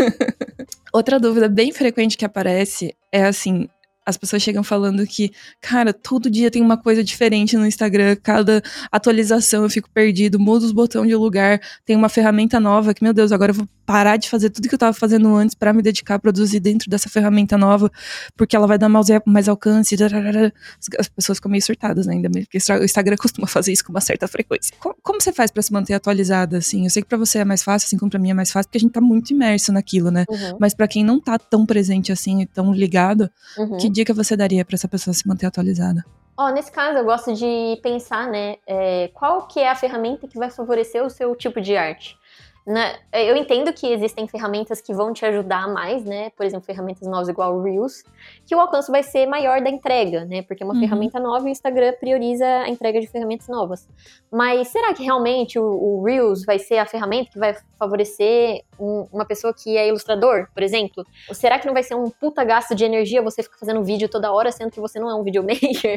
[SPEAKER 1] Outra dúvida bem frequente que aparece é assim, as pessoas chegam falando que, cara, todo dia tem uma coisa diferente no Instagram, cada atualização eu fico perdido, mudo os botões de lugar, tem uma ferramenta nova que, meu Deus, agora eu vou parar de fazer tudo que eu tava fazendo antes pra me dedicar a produzir dentro dessa ferramenta nova, porque ela vai dar mais, mais alcance. As pessoas ficam meio surtadas, né, ainda mesmo, porque o Instagram costuma fazer isso com uma certa frequência. Como, como você faz pra se manter atualizada, assim? Eu sei que pra você é mais fácil, assim como pra mim é mais fácil, porque a gente tá muito imerso naquilo, né?
[SPEAKER 2] Uhum.
[SPEAKER 1] Mas pra quem não tá tão presente assim e tão ligado,
[SPEAKER 2] Uhum.
[SPEAKER 1] que dica você daria pra essa pessoa se manter atualizada?
[SPEAKER 2] Ó, nesse caso, eu gosto de pensar, né, é, qual que é a ferramenta que vai favorecer o seu tipo de arte. Né? Eu entendo que existem ferramentas que vão te ajudar mais, né? Por exemplo, ferramentas novas igual o Reels, que o alcance vai ser maior da entrega, né? Porque é uma uhum. ferramenta nova e o Instagram prioriza a entrega de ferramentas novas. Mas será que realmente o, o Reels vai ser a ferramenta que vai favorecer um, uma pessoa que é ilustrador, por exemplo? Ou será que não vai ser um puta gasto de energia você ficar fazendo vídeo toda hora, sendo que você não é um videomaker?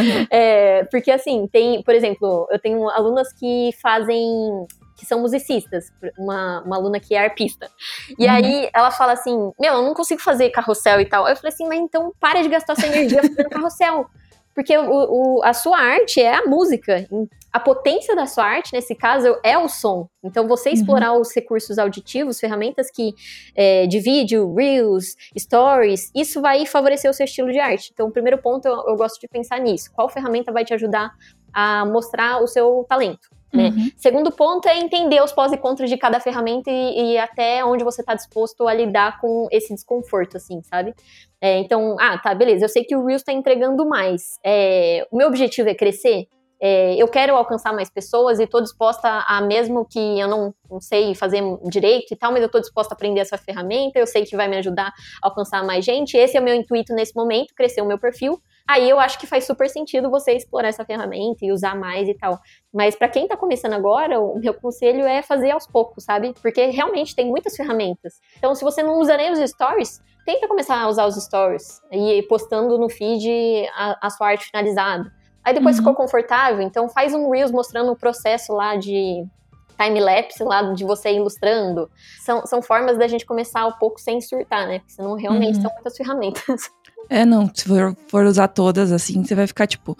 [SPEAKER 2] é, porque assim, tem, por exemplo, eu tenho alunas que fazem... que são musicistas, uma, uma aluna que é arpista. E uhum. aí ela fala assim, meu, eu não consigo fazer carrossel e tal. Eu falei assim, mas então para de gastar sua energia fazendo carrossel. Porque o, o, a sua arte é a música. A potência da sua arte, nesse caso, é o som. Então, você explorar uhum. os recursos auditivos, ferramentas que, é, de vídeo, reels, stories, isso vai favorecer o seu estilo de arte. Então, o primeiro ponto, eu, eu gosto de pensar nisso. Qual ferramenta vai te ajudar a mostrar o seu talento? Né? Uhum. Segundo ponto é entender os pós e contras de cada ferramenta e, e até onde você está disposto a lidar com esse desconforto, assim, sabe? É, então, ah, tá, beleza, eu sei que o Reels está entregando mais. É, o meu objetivo é crescer? É, eu quero alcançar mais pessoas e estou disposta a, mesmo que eu não, não sei fazer direito e tal, mas eu estou disposta a aprender essa ferramenta, eu sei que vai me ajudar a alcançar mais gente, esse é o meu intuito nesse momento, crescer o meu perfil. Aí eu acho que faz super sentido você explorar essa ferramenta e usar mais e tal. Mas pra quem tá começando agora, o meu conselho é fazer aos poucos, sabe? Porque realmente tem muitas ferramentas. Então, se você não usa nem os stories, tenta começar a usar os stories e ir postando no feed a, a sua arte finalizada. Aí depois uhum. ficou confortável, então faz um Reels mostrando o processo lá de time-lapse lá de você ilustrando. São, são formas da gente começar um pouco sem surtar, né? Porque senão realmente uhum. são muitas ferramentas.
[SPEAKER 1] É, não, se for, for usar todas assim, você vai ficar tipo...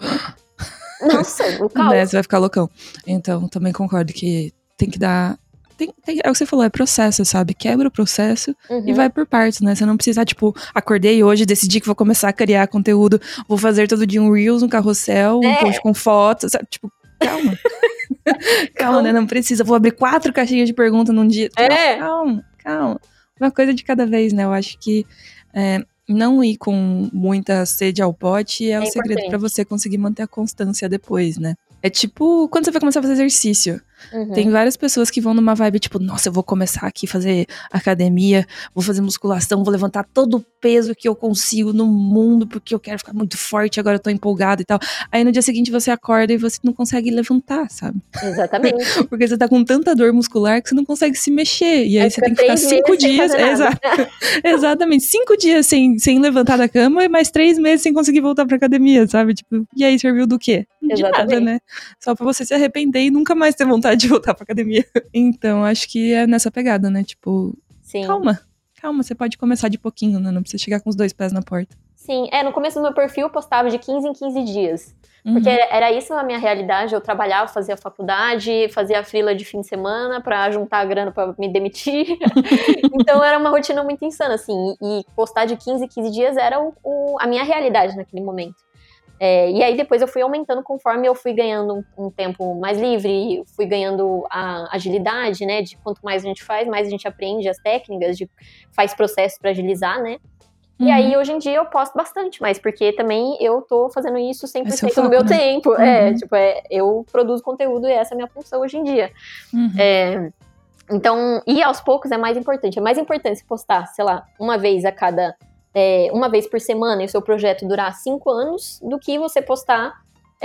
[SPEAKER 2] Nossa, o caos.
[SPEAKER 1] Né, você vai ficar loucão. Então, também concordo que tem que dar... Tem, tem, é o que você falou, é processo, sabe? Quebra o processo uhum. e vai por partes, né? Você não precisa, tipo, acordei hoje, decidi que vou começar a criar conteúdo, vou fazer todo dia um Reels, um carrossel, um é. post com fotos, sabe? Tipo, calma. calma, né? Não precisa. Vou abrir quatro caixinhas de pergunta num dia.
[SPEAKER 2] É.
[SPEAKER 1] Calma, calma. Uma coisa de cada vez, né? Eu acho que é, não ir com muita sede ao pote é, é o segredo pra você conseguir manter a constância depois, né? É tipo quando você vai começar a fazer exercício. Uhum. Tem várias pessoas que vão numa vibe tipo, nossa, eu vou começar aqui a fazer academia, vou fazer musculação, vou levantar todo o peso que eu consigo no mundo, porque eu quero ficar muito forte, agora eu tô empolgado e tal. Aí no dia seguinte você acorda e você não consegue levantar, sabe?
[SPEAKER 2] Exatamente.
[SPEAKER 1] Porque você tá com tanta dor muscular que você não consegue se mexer. E aí, aí você tem que ficar cinco dias. Exa- Exatamente, cinco dias sem, sem levantar da cama e mais três meses sem conseguir voltar pra academia, sabe? Tipo, e aí serviu do quê? De
[SPEAKER 2] Exatamente.
[SPEAKER 1] nada, né? Só pra você se arrepender e nunca mais ter vontade de voltar pra academia. Então, acho que é nessa pegada, né? Tipo, Sim. calma. Calma, você pode começar de pouquinho, né? Não precisa chegar com os dois pés na porta.
[SPEAKER 2] Sim, é, no começo do meu perfil eu postava de quinze em quinze dias. Porque uhum. era isso a minha realidade, eu trabalhava, fazia faculdade, fazia a frila de fim de semana pra juntar a grana pra me demitir. Então era uma rotina muito insana, assim, e postar de quinze em quinze dias era o, o, a minha realidade naquele momento. É, e aí depois eu fui aumentando conforme eu fui ganhando um, um tempo mais livre, fui ganhando a agilidade, né, de quanto mais a gente faz, mais a gente aprende as técnicas, de, faz processos pra agilizar, né. E uhum. aí, hoje em dia, eu posto bastante, mas porque também eu tô fazendo isso cem por cento é do meu né? tempo. Uhum. É, tipo, é, eu produzo conteúdo e essa é a minha função hoje em dia. Uhum. É, então, e aos poucos é mais importante. É mais importante se postar, sei lá, uma vez a cada... É, uma vez por semana e o seu projeto durar cinco anos, do que você postar...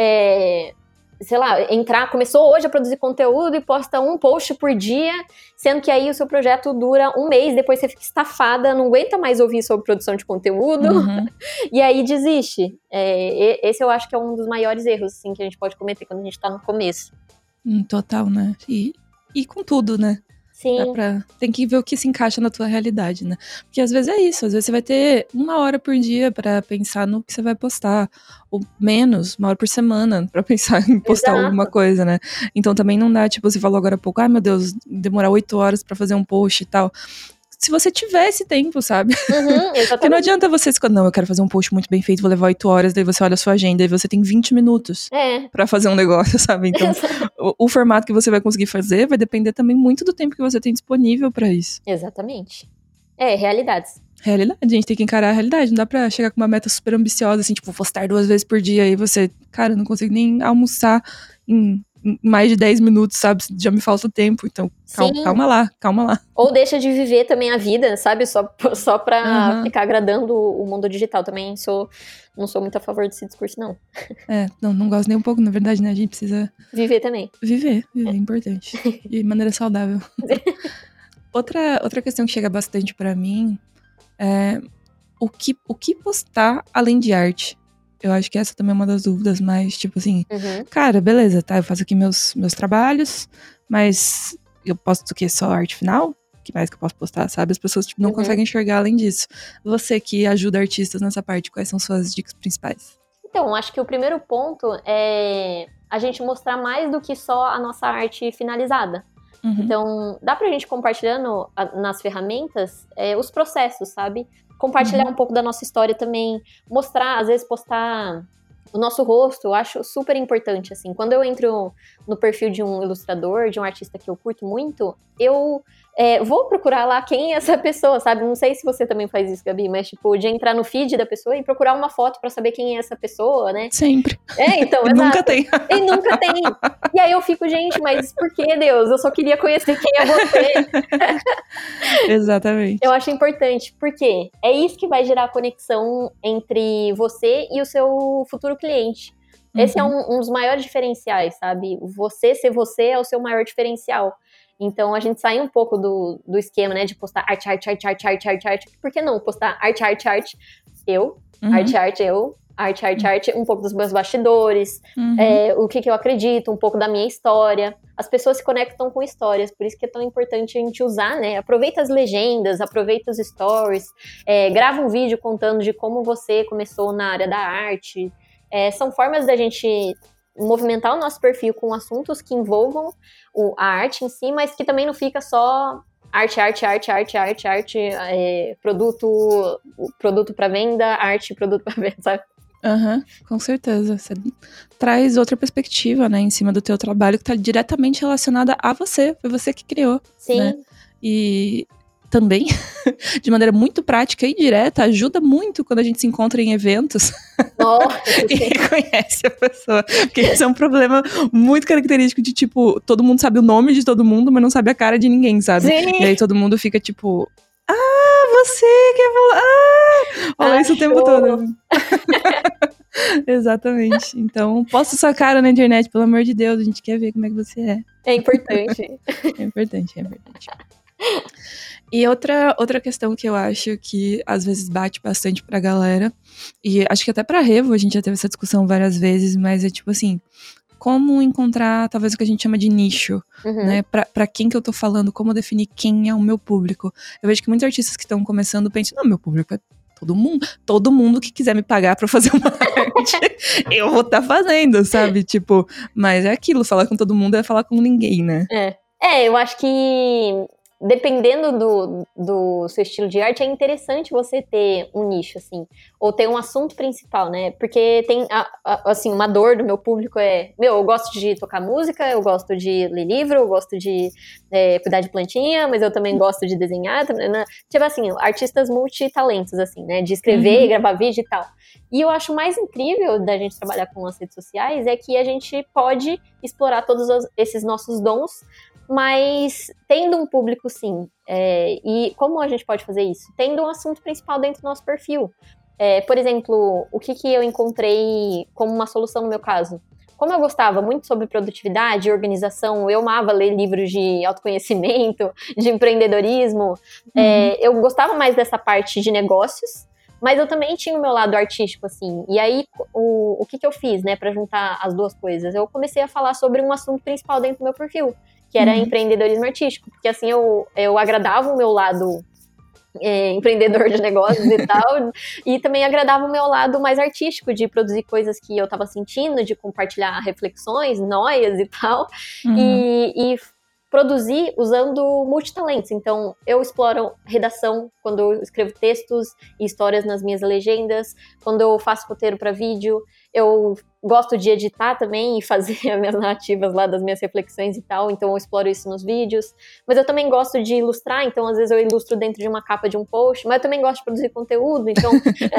[SPEAKER 2] É, sei lá, entrar, começou hoje a produzir conteúdo e posta um post por dia, sendo que aí o seu projeto dura um mês, depois você fica estafada, não aguenta mais ouvir sobre produção de conteúdo, uhum. e aí desiste. É, esse eu acho que é um dos maiores erros, assim, que a gente pode cometer quando a gente tá no começo.
[SPEAKER 1] Total, né? E, e com tudo, né?
[SPEAKER 2] Sim.
[SPEAKER 1] Dá pra, tem que ver o que se encaixa na tua realidade, né? Porque às vezes é isso, às vezes você vai ter uma hora por dia pra pensar no que você vai postar, ou menos, uma hora por semana pra pensar em postar Exato. Alguma coisa, né? Então também não dá, tipo, você falou agora há pouco, ai meu Deus, demorar oito horas pra fazer um post e tal. Se você tiver esse tempo, sabe?
[SPEAKER 2] Uhum,
[SPEAKER 1] Porque não adianta você escolher, não, eu quero fazer um post muito bem feito, vou levar oito horas, daí você olha a sua agenda e você tem vinte minutos
[SPEAKER 2] é.
[SPEAKER 1] pra fazer um negócio, sabe? Então, o, o formato que você vai conseguir fazer vai depender também muito do tempo que você tem disponível pra isso.
[SPEAKER 2] Exatamente. É, realidades.
[SPEAKER 1] Realidade, a gente tem que encarar a realidade, não dá pra chegar com uma meta super ambiciosa, assim, tipo, postar duas vezes por dia, e você, cara, eu não consigo nem almoçar em... mais de dez minutos, sabe? Já me falta tempo, então calma, calma lá, calma lá.
[SPEAKER 2] Ou deixa de viver também a vida, sabe? Só, só pra uhum. ficar agradando o mundo digital. Também sou, não sou muito a favor desse discurso, não.
[SPEAKER 1] É, não, não gosto nem um pouco, na verdade, né? A gente precisa...
[SPEAKER 2] Viver também.
[SPEAKER 1] Viver, viver é, é importante. De maneira saudável. outra, outra questão que chega bastante pra mim é o que, o que postar além de arte? Eu acho que essa também é uma das dúvidas, mas, tipo assim, uhum. cara, beleza, tá, eu faço aqui meus, meus trabalhos, mas eu posto o quê? Só arte final? O que mais que eu posso postar, sabe? As pessoas tipo, não uhum. conseguem enxergar além disso. Você que ajuda artistas nessa parte, quais são suas dicas principais?
[SPEAKER 2] Então, acho que o primeiro ponto é a gente mostrar mais do que só a nossa arte finalizada. Uhum. Então, dá pra gente compartilhando a, nas ferramentas é, os processos, sabe? Compartilhar uhum. um pouco da nossa história também, mostrar, às vezes postar o nosso rosto, eu acho super importante, assim. Quando eu entro no perfil de um ilustrador, de um artista que eu curto muito, eu é, vou procurar lá quem é essa pessoa, sabe? Não sei se você também faz isso, Gabi, mas tipo, de entrar no feed da pessoa e procurar uma foto pra saber quem é essa pessoa, né?
[SPEAKER 1] Sempre.
[SPEAKER 2] É, então,
[SPEAKER 1] e
[SPEAKER 2] exato.
[SPEAKER 1] nunca tem.
[SPEAKER 2] E nunca tem. E aí eu fico, gente, mas por que, Deus? Eu só queria conhecer quem é você.
[SPEAKER 1] Exatamente.
[SPEAKER 2] Eu acho importante, porque é isso que vai gerar a conexão entre você e o seu futuro cliente. Uhum. Esse é um, um dos maiores diferenciais, sabe? Você ser você é o seu maior diferencial. Então, a gente sai um pouco do, do esquema, né, de postar arte, arte, arte, arte, arte, arte, arte. Por que não postar arte, arte, arte, eu, uhum. arte, arte, eu, arte, arte, arte, um pouco dos meus bastidores, uhum. é, o que, que eu acredito, um pouco da minha história. As pessoas se conectam com histórias, por isso que é tão importante a gente usar, né? Aproveita as legendas, aproveita os stories, é, grava um vídeo contando de como você começou na área da arte. É, são formas da gente movimentar o nosso perfil com assuntos que envolvam o, a arte em si, mas que também não fica só arte, arte, arte, arte, arte, arte, é, produto, produto para venda, arte, produto para venda, sabe?
[SPEAKER 1] Aham, uhum, com certeza. Você traz outra perspectiva, né, em cima do teu trabalho que tá diretamente relacionada a você, foi você que criou.
[SPEAKER 2] Sim.
[SPEAKER 1] Né? E também, de maneira muito prática e direta, ajuda muito quando a gente se encontra em eventos
[SPEAKER 2] Nossa,
[SPEAKER 1] e reconhece a pessoa. Porque isso é um problema muito característico de, tipo, todo mundo sabe o nome de todo mundo, mas não sabe a cara de ninguém, sabe?
[SPEAKER 2] Sim.
[SPEAKER 1] E aí todo mundo fica, tipo, ah, você quer falar? Ah! Olha isso o tempo todo. Exatamente. Então, posta sua cara na internet, pelo amor de Deus, a gente quer ver como é que você é.
[SPEAKER 2] É importante.
[SPEAKER 1] É importante, é importante. E outra, outra questão que eu acho que às vezes bate bastante pra galera, e acho que até pra Revo a gente já teve essa discussão várias vezes, mas é tipo assim, como encontrar talvez o que a gente chama de nicho,
[SPEAKER 2] Uhum.
[SPEAKER 1] né? Pra, pra quem que eu tô falando, como definir quem é o meu público. Eu vejo que muitos artistas que estão começando pensam, não, meu público é todo mundo, todo mundo que quiser me pagar pra fazer uma arte, eu vou estar tá fazendo, sabe? Tipo, mas é aquilo, falar com todo mundo é falar com ninguém, né?
[SPEAKER 2] É, é eu acho que dependendo do, do seu estilo de arte, é interessante você ter um nicho, assim, ou ter um assunto principal, né? Porque tem, a, a, assim, uma dor do meu público é, meu, eu gosto de tocar música, eu gosto de ler livro, eu gosto de é, cuidar de plantinha, mas eu também gosto de desenhar, né? Tipo assim, artistas multitalentos, assim, né? De escrever, uhum. gravar vídeo e tal. E eu acho mais incrível da gente trabalhar com as redes sociais é que a gente pode explorar todos esses nossos dons, mas tendo um público, sim. É, e como a gente pode fazer isso? Tendo um assunto principal dentro do nosso perfil. É, por exemplo, o que, que eu encontrei como uma solução no meu caso? Como eu gostava muito sobre produtividade e organização, eu amava ler livros de autoconhecimento, de empreendedorismo, uhum. é, eu gostava mais dessa parte de negócios, mas eu também tinha o meu lado artístico, assim. E aí, o, o que, que eu fiz, né, pra juntar as duas coisas? Eu comecei a falar sobre um assunto principal dentro do meu perfil, que era uhum. empreendedorismo artístico, porque assim eu, eu agradava o meu lado é, empreendedor de negócios e tal, e também agradava o meu lado mais artístico, de produzir coisas que eu tava sentindo, de compartilhar reflexões, noias e tal, uhum. e, e produzir usando multitalentos. Então, eu exploro redação quando eu escrevo textos e histórias nas minhas legendas, quando eu faço roteiro para vídeo, eu gosto de editar também e fazer as minhas narrativas lá das minhas reflexões e tal, então eu exploro isso nos vídeos. Mas eu também gosto de ilustrar, então às vezes eu ilustro dentro de uma capa de um post, mas eu também gosto de produzir conteúdo, então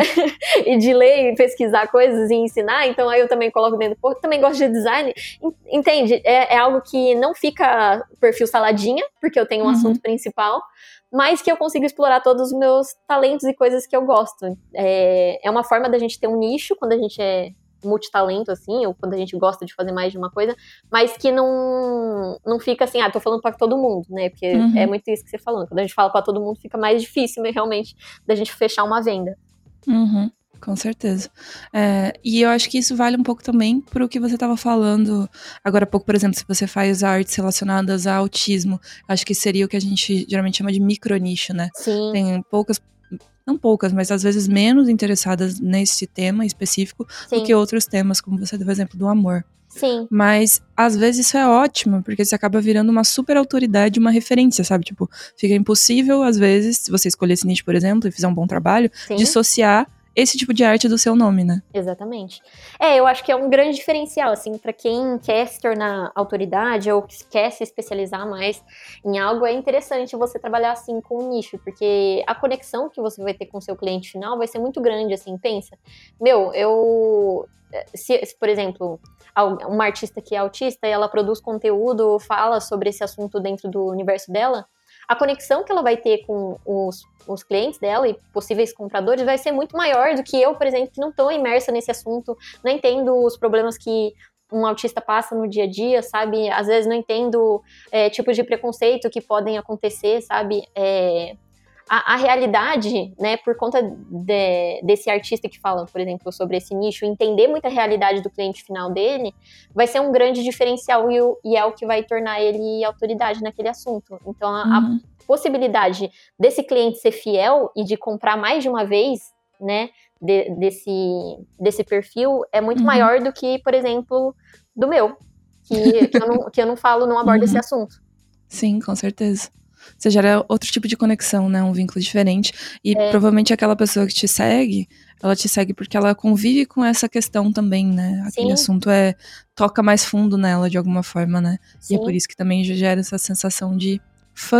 [SPEAKER 2] e de ler e pesquisar coisas e ensinar, então aí eu também coloco dentro do post. Também gosto de design, entende? É, é algo que não fica perfil saladinha, porque eu tenho um uhum. assunto principal, mas que eu consigo explorar todos os meus talentos e coisas que eu gosto. É, é uma forma da gente ter um nicho quando a gente é multitalento, assim, ou quando a gente gosta de fazer mais de uma coisa, mas que não, não fica assim, ah, tô falando pra todo mundo, né? Porque uhum. é muito isso que você falou. Quando a gente fala pra todo mundo, fica mais difícil, né, realmente, da gente fechar uma venda.
[SPEAKER 1] Uhum. Com certeza. É, e eu acho que isso vale um pouco também pro que você estava falando agora há pouco, por exemplo, se você faz artes relacionadas a autismo, acho que seria o que a gente geralmente chama de micronicho, né?
[SPEAKER 2] Sim.
[SPEAKER 1] Tem poucas, não poucas, mas às vezes menos interessadas nesse tema específico Sim. do que outros temas, como você deu o exemplo do amor.
[SPEAKER 2] Sim.
[SPEAKER 1] Mas, às vezes, isso é ótimo, porque você acaba virando uma super autoridade, uma referência, sabe? Tipo, fica impossível, às vezes, se você escolher esse nicho, por exemplo, e fizer um bom trabalho, Sim. dissociar esse tipo de arte do seu nome, né?
[SPEAKER 2] Exatamente. É, eu acho que é um grande diferencial, assim, pra quem quer se tornar autoridade ou quer se especializar mais em algo, é interessante você trabalhar, assim, com um nicho, porque a conexão que você vai ter com o seu cliente final vai ser muito grande, assim, pensa. Meu, eu... Se, se, por exemplo, uma artista que é autista e ela produz conteúdo, fala sobre esse assunto dentro do universo dela, a conexão que ela vai ter com os, os clientes dela e possíveis compradores vai ser muito maior do que eu, por exemplo, que não estou imersa nesse assunto, não entendo os problemas que um autista passa no dia a dia, sabe? Às vezes não entendo é, tipos de preconceito que podem acontecer, sabe? É, a, a realidade, né, por conta de, desse artista que fala, por exemplo, sobre esse nicho, entender muito a realidade do cliente final dele, vai ser um grande diferencial e, o, e é o que vai tornar ele autoridade naquele assunto. Então, a, uhum. a possibilidade desse cliente ser fiel e de comprar mais de uma vez, né, de, desse, desse perfil é muito uhum. maior do que, por exemplo, do meu, que, que, eu, não, que eu não falo, não abordo uhum. esse assunto.
[SPEAKER 1] Sim, com certeza. Você gera outro tipo de conexão, né? Um vínculo diferente. E
[SPEAKER 2] é.
[SPEAKER 1] provavelmente aquela pessoa que te segue, ela te segue porque ela convive com essa questão também, né? Aquele Sim. assunto é toca mais fundo nela de alguma forma, né?
[SPEAKER 2] Sim.
[SPEAKER 1] E é por isso que também gera essa sensação de fã.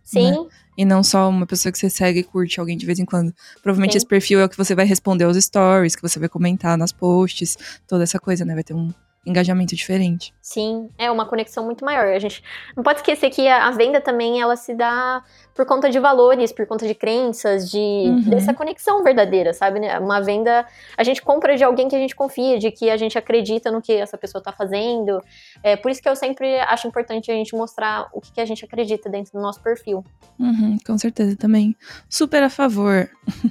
[SPEAKER 2] Sim.
[SPEAKER 1] Né? E não só uma pessoa que você segue e curte alguém de vez em quando. Provavelmente Sim. esse perfil é o que você vai responder aos stories, que você vai comentar nas posts, toda essa coisa, né? Vai ter um engajamento diferente.
[SPEAKER 2] Sim, é uma conexão muito maior. A gente não pode esquecer que a, a venda também, ela se dá por conta de valores, por conta de crenças, de, uhum. dessa conexão verdadeira, sabe? Uma venda, a gente compra de alguém que a gente confia, de que a gente acredita no que essa pessoa tá fazendo. É por isso que eu sempre acho importante a gente mostrar o que, que a gente acredita dentro do nosso perfil.
[SPEAKER 1] Uhum, com certeza, também. Super a favor.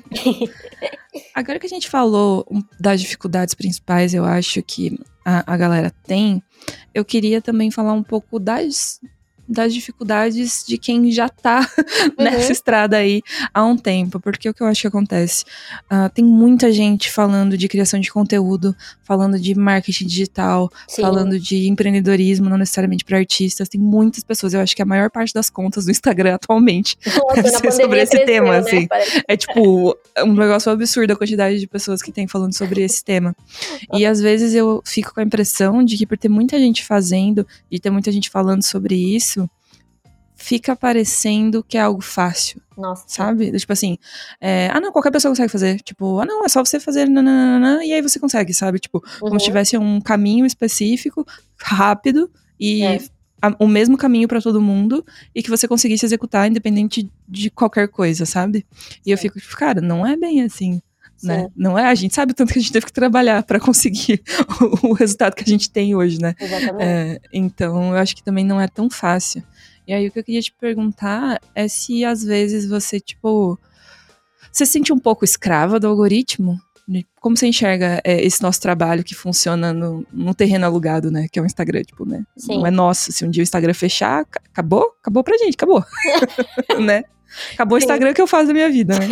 [SPEAKER 1] Agora que a gente falou das dificuldades principais, eu acho que a, a galera tem, eu queria também falar um pouco das, das dificuldades de quem já tá uhum. nessa estrada aí há um tempo, porque o que eu acho que acontece? Uh, tem muita gente falando de criação de conteúdo, falando de marketing digital, Sim. falando de empreendedorismo, não necessariamente para artistas, tem muitas pessoas, eu acho que a maior parte das contas do Instagram atualmente
[SPEAKER 2] Nossa,
[SPEAKER 1] deve ser sobre esse
[SPEAKER 2] cresceu,
[SPEAKER 1] tema,
[SPEAKER 2] né?
[SPEAKER 1] assim.
[SPEAKER 2] Parece.
[SPEAKER 1] É tipo, um negócio absurdo a quantidade de pessoas que tem falando sobre esse tema. E às vezes eu fico com a impressão de que por ter muita gente fazendo, de ter muita gente falando sobre isso, fica parecendo que é algo fácil.
[SPEAKER 2] Nossa.
[SPEAKER 1] Sabe? Tipo assim, é, ah não, qualquer pessoa consegue fazer. Tipo, ah não, é só você fazer nananana, e aí você consegue, sabe? Tipo, uhum. como se tivesse um caminho específico, rápido, e é. a, o mesmo caminho pra todo mundo, e que você conseguisse executar independente de qualquer coisa, sabe? E eu fico, tipo, cara, não é bem assim. Né? Não é? A gente sabe o tanto que a gente teve que trabalhar pra conseguir o, o resultado que a gente tem hoje, né?
[SPEAKER 2] Exatamente.
[SPEAKER 1] É, então, eu acho que também não é tão fácil. E aí, o que eu queria te perguntar é se, às vezes, você, tipo... Você se sente um pouco escrava do algoritmo? Como você enxerga é, esse nosso trabalho que funciona no, no terreno alugado, né? Que é o Instagram, tipo, né?
[SPEAKER 2] Sim.
[SPEAKER 1] Não é nosso. Se um dia o Instagram fechar, acabou? Acabou pra gente, acabou. Né? Acabou Sim. o Instagram que eu faço da minha vida, né?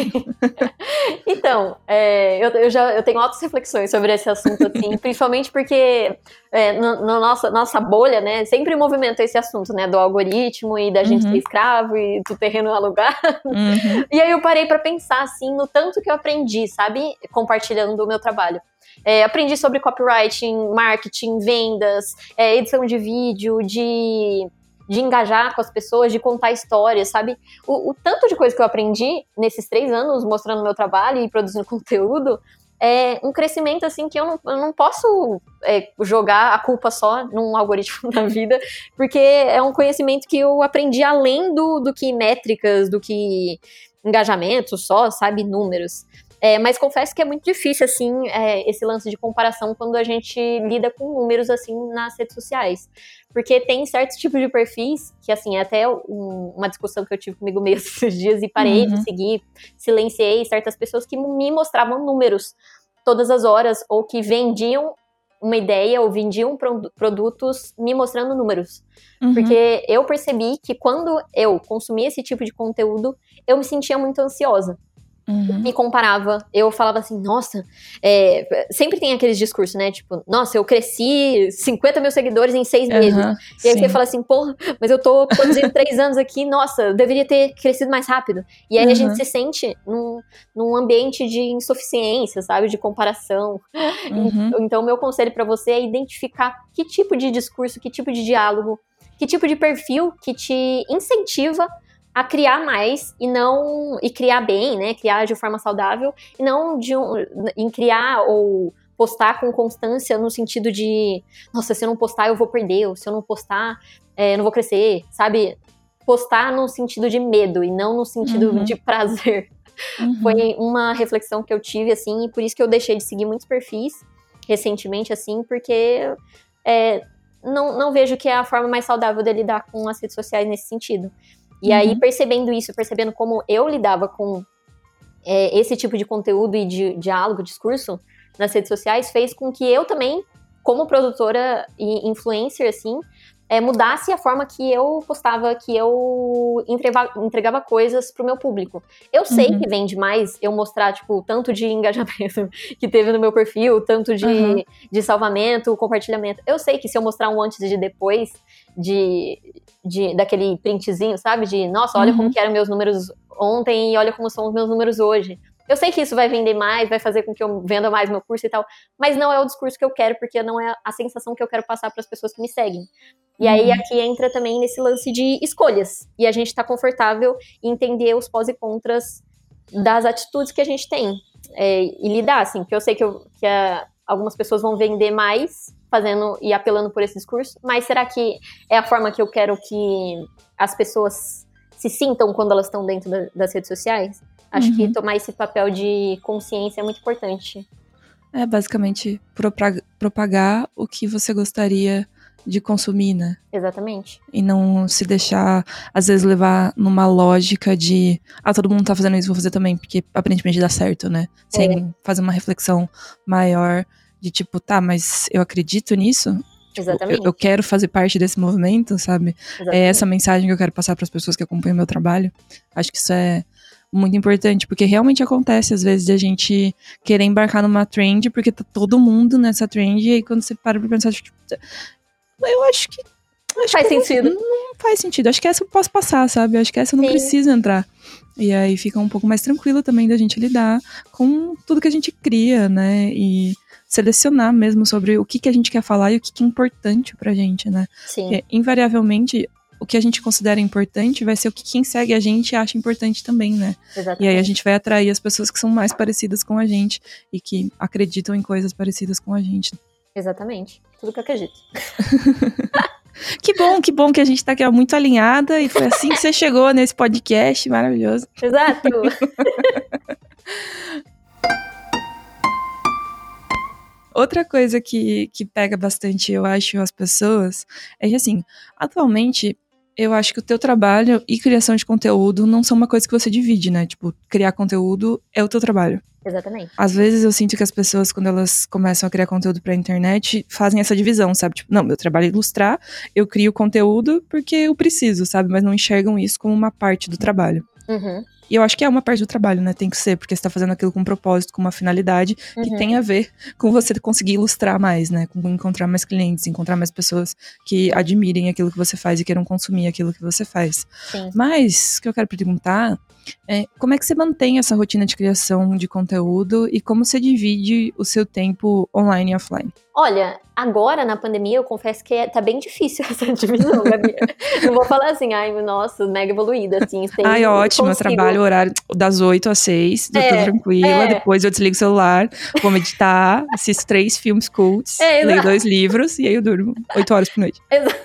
[SPEAKER 2] Então, é, eu, eu já eu tenho altas reflexões sobre esse assunto, assim, principalmente porque é, na no, no nossa, nossa bolha, né, sempre movimenta esse assunto, né, do algoritmo e da gente uhum. ser escravo e do terreno alugado. Uhum. E aí eu parei pra pensar, assim, no tanto que eu aprendi, sabe, compartilhando o meu trabalho. É, aprendi sobre copywriting, marketing, vendas, é, edição de vídeo, de... de engajar com as pessoas, de contar histórias, sabe? O, o tanto de coisa que eu aprendi nesses três anos mostrando meu trabalho e produzindo conteúdo é um crescimento, assim, que eu não, eu não posso é, jogar a culpa só num algoritmo da vida, porque é um conhecimento que eu aprendi além do, do que métricas, do que engajamento só, sabe? Números. É, mas confesso que é muito difícil, assim, é, esse lance de comparação quando a gente lida com números, assim, nas redes sociais. Porque tem certos tipos de perfis, que, assim, é até um, uma discussão que eu tive comigo mesmo esses dias e parei uhum. de seguir, silenciei certas pessoas que me mostravam números todas as horas, ou que vendiam uma ideia, ou vendiam pro- produtos me mostrando números. Uhum. Porque eu percebi que quando eu consumia esse tipo de conteúdo, eu me sentia muito ansiosa. Uhum. Me comparava, eu falava assim, nossa, é, sempre tem aqueles discursos, né, tipo, nossa, eu cresci cinquenta mil seguidores em seis uhum, meses, e aí sim. você fala assim, pô, mas eu tô produzindo três anos aqui, nossa, eu deveria ter crescido mais rápido, e aí uhum. a gente se sente num, num ambiente de insuficiência, sabe, de comparação. Uhum. Então, meu conselho pra você é identificar que tipo de discurso, que tipo de diálogo, que tipo de perfil que te incentiva a criar mais e não e criar bem, né? Criar de forma saudável e não de um, em criar ou postar com constância no sentido de, nossa, se eu não postar eu vou perder, ou se eu não postar é, eu não vou crescer, sabe? Postar no sentido de medo e não no sentido uhum. de prazer. Uhum. Foi uma reflexão que eu tive, assim, e por isso que eu deixei de seguir muitos perfis recentemente, assim, porque é, não, não vejo que é a forma mais saudável de lidar com as redes sociais nesse sentido. E uhum. aí, percebendo isso, percebendo como eu lidava com é, esse tipo de conteúdo e de diálogo, discurso nas redes sociais, fez com que eu também, como produtora e influencer, assim, é, mudasse a forma que eu postava, que eu entregava, entregava coisas pro meu público. Eu sei uhum. que vende mais eu mostrar, tipo, tanto de engajamento que teve no meu perfil, tanto de, uhum. de salvamento, compartilhamento. Eu sei que se eu mostrar um antes e depois de, de, daquele printzinho, sabe? De, nossa, olha uhum. como que eram meus números ontem e olha como são os meus números hoje. Eu sei que isso vai vender mais, vai fazer com que eu venda mais meu curso e tal, mas não é o discurso que eu quero, porque não é a sensação que eu quero passar para as pessoas que me seguem. E aí, aqui entra também nesse lance de escolhas. E a gente tá confortável em entender os pós e contras das atitudes que a gente tem. É, e lidar, assim, porque eu sei que, eu, que a, algumas pessoas vão vender mais fazendo e apelando por esse discurso, mas será que é a forma que eu quero que as pessoas se sintam quando elas estão dentro da, das redes sociais? Acho uhum. que tomar esse papel de consciência é muito importante.
[SPEAKER 1] É basicamente propagar, propagar o que você gostaria de consumir, né?
[SPEAKER 2] Exatamente.
[SPEAKER 1] E não se deixar, às vezes, levar numa lógica de ah, todo mundo tá fazendo isso, vou fazer também, porque aparentemente dá certo, né? Sem é. fazer uma reflexão maior de tipo, tá, mas eu acredito nisso? Tipo,
[SPEAKER 2] Exatamente.
[SPEAKER 1] Eu, eu quero fazer parte desse movimento, sabe? Exatamente. É essa mensagem que eu quero passar para as pessoas que acompanham o meu trabalho. Acho que isso é muito importante, porque realmente acontece, às vezes, de a gente querer embarcar numa trend, porque tá todo mundo nessa trend, e aí quando você para pra pensar, tipo, eu acho que... Acho
[SPEAKER 2] faz
[SPEAKER 1] que
[SPEAKER 2] sentido.
[SPEAKER 1] Não, não faz sentido. Acho que essa eu posso passar, sabe? Acho que essa eu não Sim. preciso entrar. E aí fica um pouco mais tranquilo também da gente lidar com tudo que a gente cria, né? E selecionar mesmo sobre o que, que a gente quer falar e o que, que é importante pra gente, né?
[SPEAKER 2] Sim.
[SPEAKER 1] Porque, invariavelmente, o que a gente considera importante vai ser o que quem segue a gente acha importante também, né?
[SPEAKER 2] Exatamente.
[SPEAKER 1] E aí a gente vai atrair as pessoas que são mais parecidas com a gente e que acreditam em coisas parecidas com a gente.
[SPEAKER 2] Exatamente. Tudo que eu acredito.
[SPEAKER 1] Que bom, que bom que a gente tá aqui ó, muito alinhada e foi assim que você chegou nesse podcast maravilhoso.
[SPEAKER 2] Exato.
[SPEAKER 1] Outra coisa que, que pega bastante, eu acho, as pessoas, é que assim, atualmente, eu acho que o teu trabalho e criação de conteúdo não são uma coisa que você divide, né? Tipo, criar conteúdo é o teu trabalho.
[SPEAKER 2] Exatamente.
[SPEAKER 1] Às vezes eu sinto que as pessoas, quando elas começam a criar conteúdo pra internet, fazem essa divisão, sabe? Tipo, não, meu trabalho é ilustrar, eu crio conteúdo porque eu preciso, sabe? Mas não enxergam isso como uma parte do trabalho.
[SPEAKER 2] Uhum.
[SPEAKER 1] E eu acho que é uma parte do trabalho, né? Tem que ser, porque você tá fazendo aquilo com um propósito, com uma finalidade, uhum. que tem a ver com você conseguir ilustrar mais, né? Com encontrar mais clientes, encontrar mais pessoas que admirem aquilo que você faz e queiram consumir aquilo que você faz.
[SPEAKER 2] Sim.
[SPEAKER 1] Mas, o que eu quero perguntar é como é que você mantém essa rotina de criação de conteúdo e como você divide o seu tempo online e offline?
[SPEAKER 2] Olha, agora na pandemia eu confesso que é, tá bem difícil essa divisão, Gabi. Não vou falar assim, ai, nossa, mega evoluída, assim. Tem,
[SPEAKER 1] ai, ótimo, eu trabalho horário das oito às seis, é, tô tranquila, é. Depois eu desligo o celular, vou meditar, assisto três filmes cults, é, leio dois livros e aí eu durmo oito horas por noite.
[SPEAKER 2] Exato.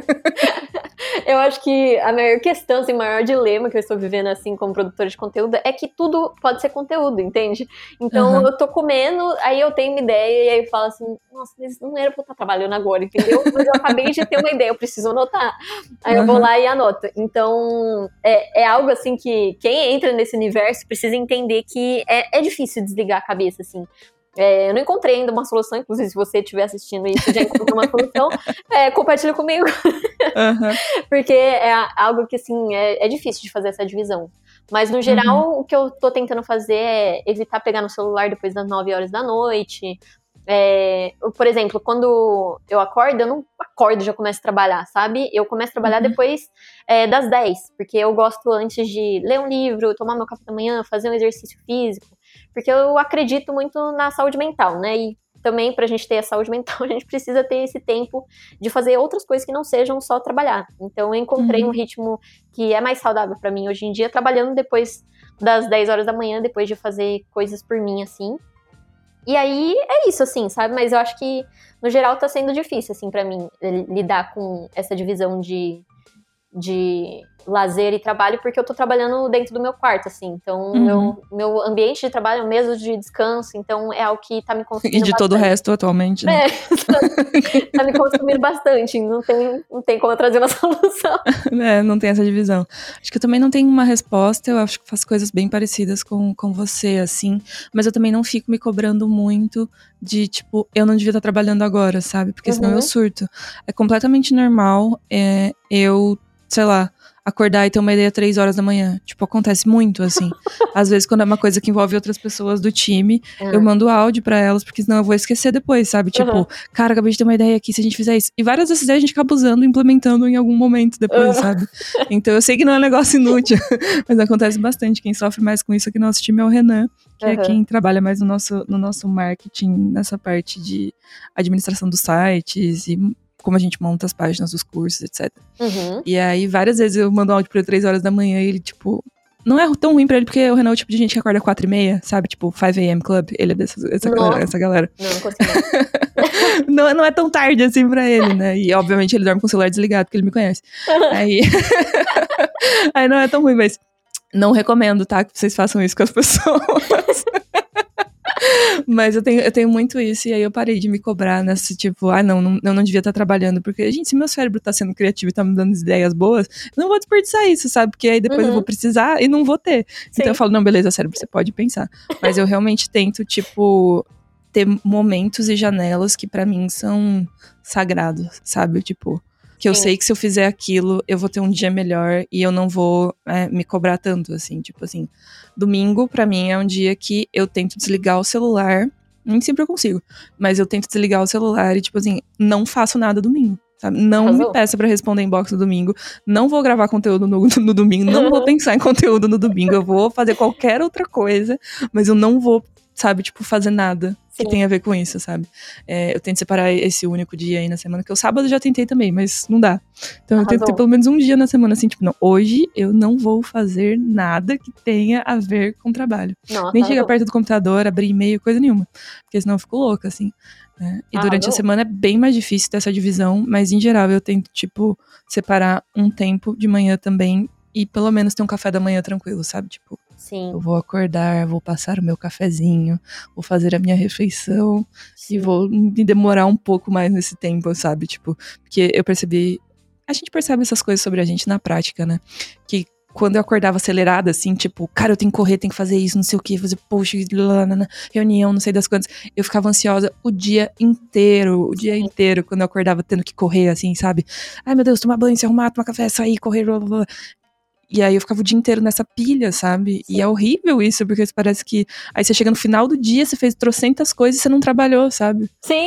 [SPEAKER 2] Eu acho que a maior questão, assim, o maior dilema que eu estou vivendo, assim, como produtora de conteúdo, é que tudo pode ser conteúdo, entende? Então, uhum. eu tô comendo, aí eu tenho uma ideia, e aí eu falo assim, nossa, mas não era pra eu estar trabalhando agora, entendeu? Mas eu acabei de ter uma ideia, eu preciso anotar. Aí uhum. eu vou lá e anoto. Então, é, é algo, assim, que quem entra nesse universo precisa entender que é, é difícil desligar a cabeça, assim. É, eu não encontrei ainda uma solução, inclusive se você estiver assistindo isso e já encontrou uma solução, é, compartilha comigo. Uhum. Porque é algo que, assim, é, é difícil de fazer essa divisão. Mas, no geral, uhum. o que eu tô tentando fazer é evitar pegar no celular depois das nove horas da noite. É, por exemplo, quando eu acordo, eu não acordo e já começo a trabalhar, sabe? Eu começo a trabalhar uhum. depois é, das dez, porque eu gosto antes de ler um livro, tomar meu café da manhã, fazer um exercício físico. Porque eu acredito muito na saúde mental, né? E também, pra gente ter a saúde mental, a gente precisa ter esse tempo de fazer outras coisas que não sejam só trabalhar. Então, eu encontrei uhum. um ritmo que é mais saudável pra mim hoje em dia, trabalhando depois das dez horas da manhã, depois de fazer coisas por mim, assim. E aí, é isso, assim, sabe? Mas eu acho que, no geral, tá sendo difícil, assim, pra mim, lidar com essa divisão de... de lazer e trabalho, porque eu tô trabalhando dentro do meu quarto, assim, então uhum. meu, meu ambiente de trabalho é o mesmo de descanso, então é algo que tá me consumindo
[SPEAKER 1] e de
[SPEAKER 2] bastante.
[SPEAKER 1] todo o resto atualmente, né?
[SPEAKER 2] É, tá me consumindo bastante, não tem, não tem como eu trazer uma solução.
[SPEAKER 1] É, não tem essa divisão. Acho que eu também não tenho uma resposta, eu acho que faço coisas bem parecidas com, com você, assim, mas eu também não fico me cobrando muito de, tipo, eu não devia estar trabalhando agora, sabe? Porque senão uhum. eu surto. É completamente normal, é, eu, sei lá, acordar e ter uma ideia três horas da manhã. Tipo, acontece muito, assim. Às vezes, quando é uma coisa que envolve outras pessoas do time, uhum. eu mando áudio pra elas, porque senão eu vou esquecer depois, sabe? Tipo, uhum. cara, acabei de ter uma ideia aqui, se a gente fizer isso. E várias dessas ideias a gente acaba usando e implementando em algum momento depois, uhum. sabe? Então eu sei que não é um negócio inútil, mas acontece bastante. Quem sofre mais com isso aqui no nosso time é o Renan, que uhum. é quem trabalha mais no nosso, no nosso marketing, nessa parte de administração dos sites e como a gente monta as páginas dos cursos, etcétera. Uhum. E aí, várias vezes eu mando um áudio pra ele três horas da manhã e ele, tipo... Não é tão ruim pra ele, porque o Renan é o tipo de gente que acorda quatro e meia, sabe? Tipo, cinco a.m. Club. Ele é dessa essa galera, essa galera.
[SPEAKER 2] Não, não consigo.
[SPEAKER 1] não, não é tão tarde assim pra ele, né? E, obviamente, ele dorme com o celular desligado, porque ele me conhece. Aí... aí não é tão ruim, mas... Não recomendo, tá? Que vocês façam isso com as pessoas. Mas eu tenho, eu tenho muito isso, e aí eu parei de me cobrar nessa, tipo, ah, não, não, eu não devia estar trabalhando, porque, gente, se meu cérebro tá sendo criativo e tá me dando ideias boas, eu não vou desperdiçar isso, sabe? Porque aí depois uhum. eu vou precisar e não vou ter. Sim. Então eu falo, não, beleza, cérebro, você pode pensar. Mas eu realmente tento, tipo, ter momentos e janelas que pra mim são sagrados, sabe? Tipo... que eu Sim. sei que se eu fizer aquilo, eu vou ter um dia melhor e eu não vou é, me cobrar tanto, assim, tipo assim, domingo pra mim é um dia que eu tento desligar o celular, nem sempre eu consigo, mas eu tento desligar o celular e, tipo assim, não faço nada domingo, sabe? Não Arrasou. Me peça pra responder inbox no domingo, não vou gravar conteúdo no, no domingo, não vou pensar em conteúdo no domingo, eu vou fazer qualquer outra coisa, mas eu não vou, sabe, tipo, fazer nada Sim. que tem a ver com isso, sabe? É, eu tento separar esse único dia aí na semana, que o sábado eu já tentei também, mas não dá. Então Arrasou. Eu tento ter pelo menos um dia na semana, assim, tipo, não, hoje eu não vou fazer nada que tenha a ver com trabalho. Nossa, nem chegar perto do computador, abrir e-mail, coisa nenhuma. Porque senão eu fico louca, assim. Né? E Arrasou. Durante a semana é bem mais difícil ter essa divisão, mas em geral eu tento, tipo, separar um tempo de manhã também e pelo menos ter um café da manhã tranquilo, sabe? Tipo,
[SPEAKER 2] Sim.
[SPEAKER 1] eu vou acordar, vou passar o meu cafezinho, vou fazer a minha refeição Sim. e vou me demorar um pouco mais nesse tempo, sabe? Tipo, porque eu percebi... A gente percebe essas coisas sobre a gente na prática, né? Que quando eu acordava acelerada, assim, tipo, cara, eu tenho que correr, tenho que fazer isso, não sei o que, fazer post, reunião, não sei das quantas. Eu ficava ansiosa o dia inteiro, o dia Sim. inteiro, quando eu acordava tendo que correr, assim, sabe? Ai, meu Deus, tomar banho, se arrumar, tomar café, sair, correr, blá, blá, blá. E aí eu ficava o dia inteiro nessa pilha, sabe? Sim. E é horrível isso, porque parece que... Aí você chega no final do dia, você fez trocentas coisas e você não trabalhou, sabe?
[SPEAKER 2] Sim,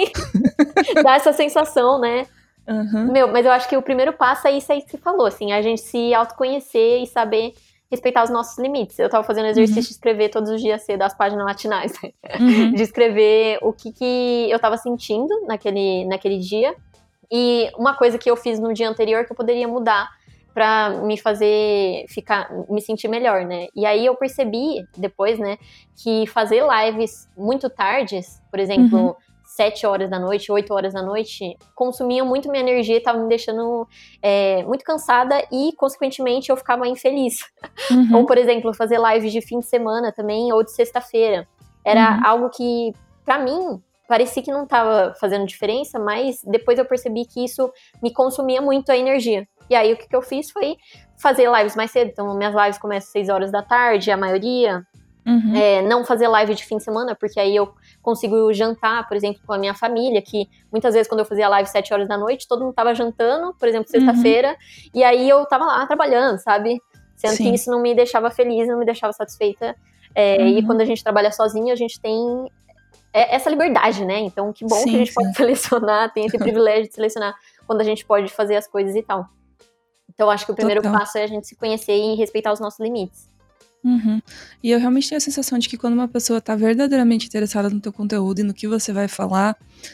[SPEAKER 2] dá essa sensação, né?
[SPEAKER 1] Uhum.
[SPEAKER 2] Meu, mas eu acho que o primeiro passo é isso aí que você falou, assim, a gente se autoconhecer e saber respeitar os nossos limites. Eu tava fazendo exercício uhum. de escrever todos os dias cedo as páginas matinais, uhum. de escrever o que, que eu tava sentindo naquele, naquele dia. E uma coisa que eu fiz no dia anterior que eu poderia mudar pra me fazer ficar, me sentir melhor, né? E aí eu percebi depois, né, que fazer lives muito tardes, por exemplo, uhum. sete horas da noite, oito horas da noite, consumia muito minha energia e tava me deixando é, muito cansada e, consequentemente, eu ficava infeliz. Uhum. Ou, por exemplo, fazer lives de fim de semana também, ou de sexta-feira. Era uhum. algo que, pra mim, parecia que não tava fazendo diferença, mas depois eu percebi que isso me consumia muito a energia. E aí, o que, que eu fiz foi fazer lives mais cedo. Então, minhas lives começam às seis horas da tarde, a maioria. Uhum. É, não fazer live de fim de semana, porque aí eu consigo jantar, por exemplo, com a minha família, que muitas vezes quando eu fazia live sete horas da noite, todo mundo tava jantando, por exemplo, sexta-feira, uhum. e aí eu tava lá trabalhando, sabe? Sendo Sim. que isso não me deixava feliz, não me deixava satisfeita. É, uhum. E quando a gente trabalha sozinho, a gente tem essa liberdade, né? Então, que bom sim, que a gente sim. pode selecionar, tem esse privilégio de selecionar quando a gente pode fazer as coisas e tal. Então, acho que o primeiro Total. passo é a gente se conhecer e respeitar os nossos limites.
[SPEAKER 1] Uhum. E eu realmente tenho a sensação de que quando uma pessoa tá verdadeiramente interessada no teu conteúdo e no que você vai falar,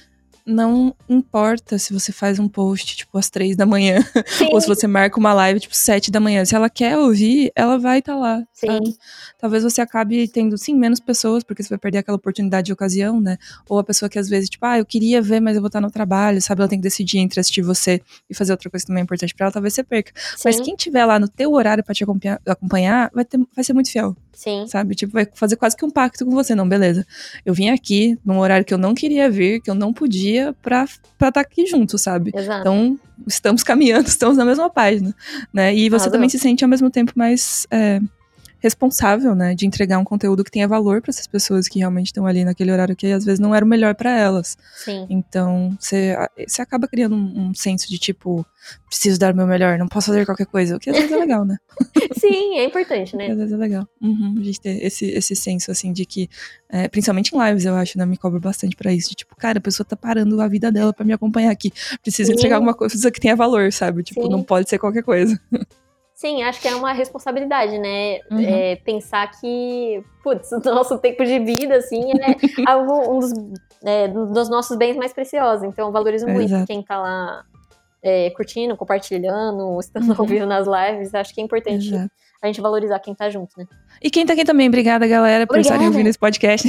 [SPEAKER 1] não importa se você faz um post, tipo, às três da manhã, Sim. ou se você marca uma live, tipo, sete da manhã. Se ela quer ouvir, ela vai estar tá lá, Sim. sabe? Talvez você acabe tendo, sim, menos pessoas, porque você vai perder aquela oportunidade de ocasião, né? Ou a pessoa que às vezes, tipo, ah, eu queria ver, mas eu vou estar no trabalho, sabe? Ela tem que decidir entre assistir você e fazer outra coisa que também é importante pra ela, talvez você perca. Sim. Mas quem tiver lá no teu horário pra te acompanhar, vai, ter, vai ser muito fiel.
[SPEAKER 2] Sim.
[SPEAKER 1] Sabe? Tipo, vai fazer quase que um pacto com você. Não, beleza. Eu vim aqui num horário que eu não queria vir, que eu não podia, pra estar tá aqui junto, sabe?
[SPEAKER 2] Exato.
[SPEAKER 1] Então, estamos caminhando, estamos na mesma página, né? E você Arrasou. Também se sente ao mesmo tempo mais é, responsável, né, de entregar um conteúdo que tenha valor para essas pessoas que realmente estão ali naquele horário que às vezes não era o melhor para elas.
[SPEAKER 2] Sim.
[SPEAKER 1] Então, você, você acaba criando um, um senso de tipo, preciso dar o meu melhor, não posso fazer qualquer coisa, o que às vezes é legal, né?
[SPEAKER 2] Sim, é importante, né?
[SPEAKER 1] Às vezes é legal. Uhum, a gente ter esse, esse senso, assim, de que, é, principalmente em lives, eu acho, né, me cobro bastante pra isso, de tipo, cara, a pessoa tá parando a vida dela pra me acompanhar aqui, preciso Sim. entregar alguma coisa que tenha valor, sabe? Tipo, Sim. não pode ser qualquer coisa.
[SPEAKER 2] Sim, acho que é uma responsabilidade, né?
[SPEAKER 1] Uhum.
[SPEAKER 2] É, pensar que, putz, o nosso tempo de vida, assim, é algo, um dos, é, dos nossos bens mais preciosos. Então, eu valorizo muito
[SPEAKER 1] Exato.
[SPEAKER 2] quem tá lá é, curtindo, compartilhando, estando
[SPEAKER 1] Uhum.
[SPEAKER 2] ao vivo nas lives. Acho que é importante Exato. A gente valorizar quem tá junto, né?
[SPEAKER 1] E quem tá aqui também, obrigada, galera, por
[SPEAKER 2] Obrigada.
[SPEAKER 1] estarem ouvindo esse podcast.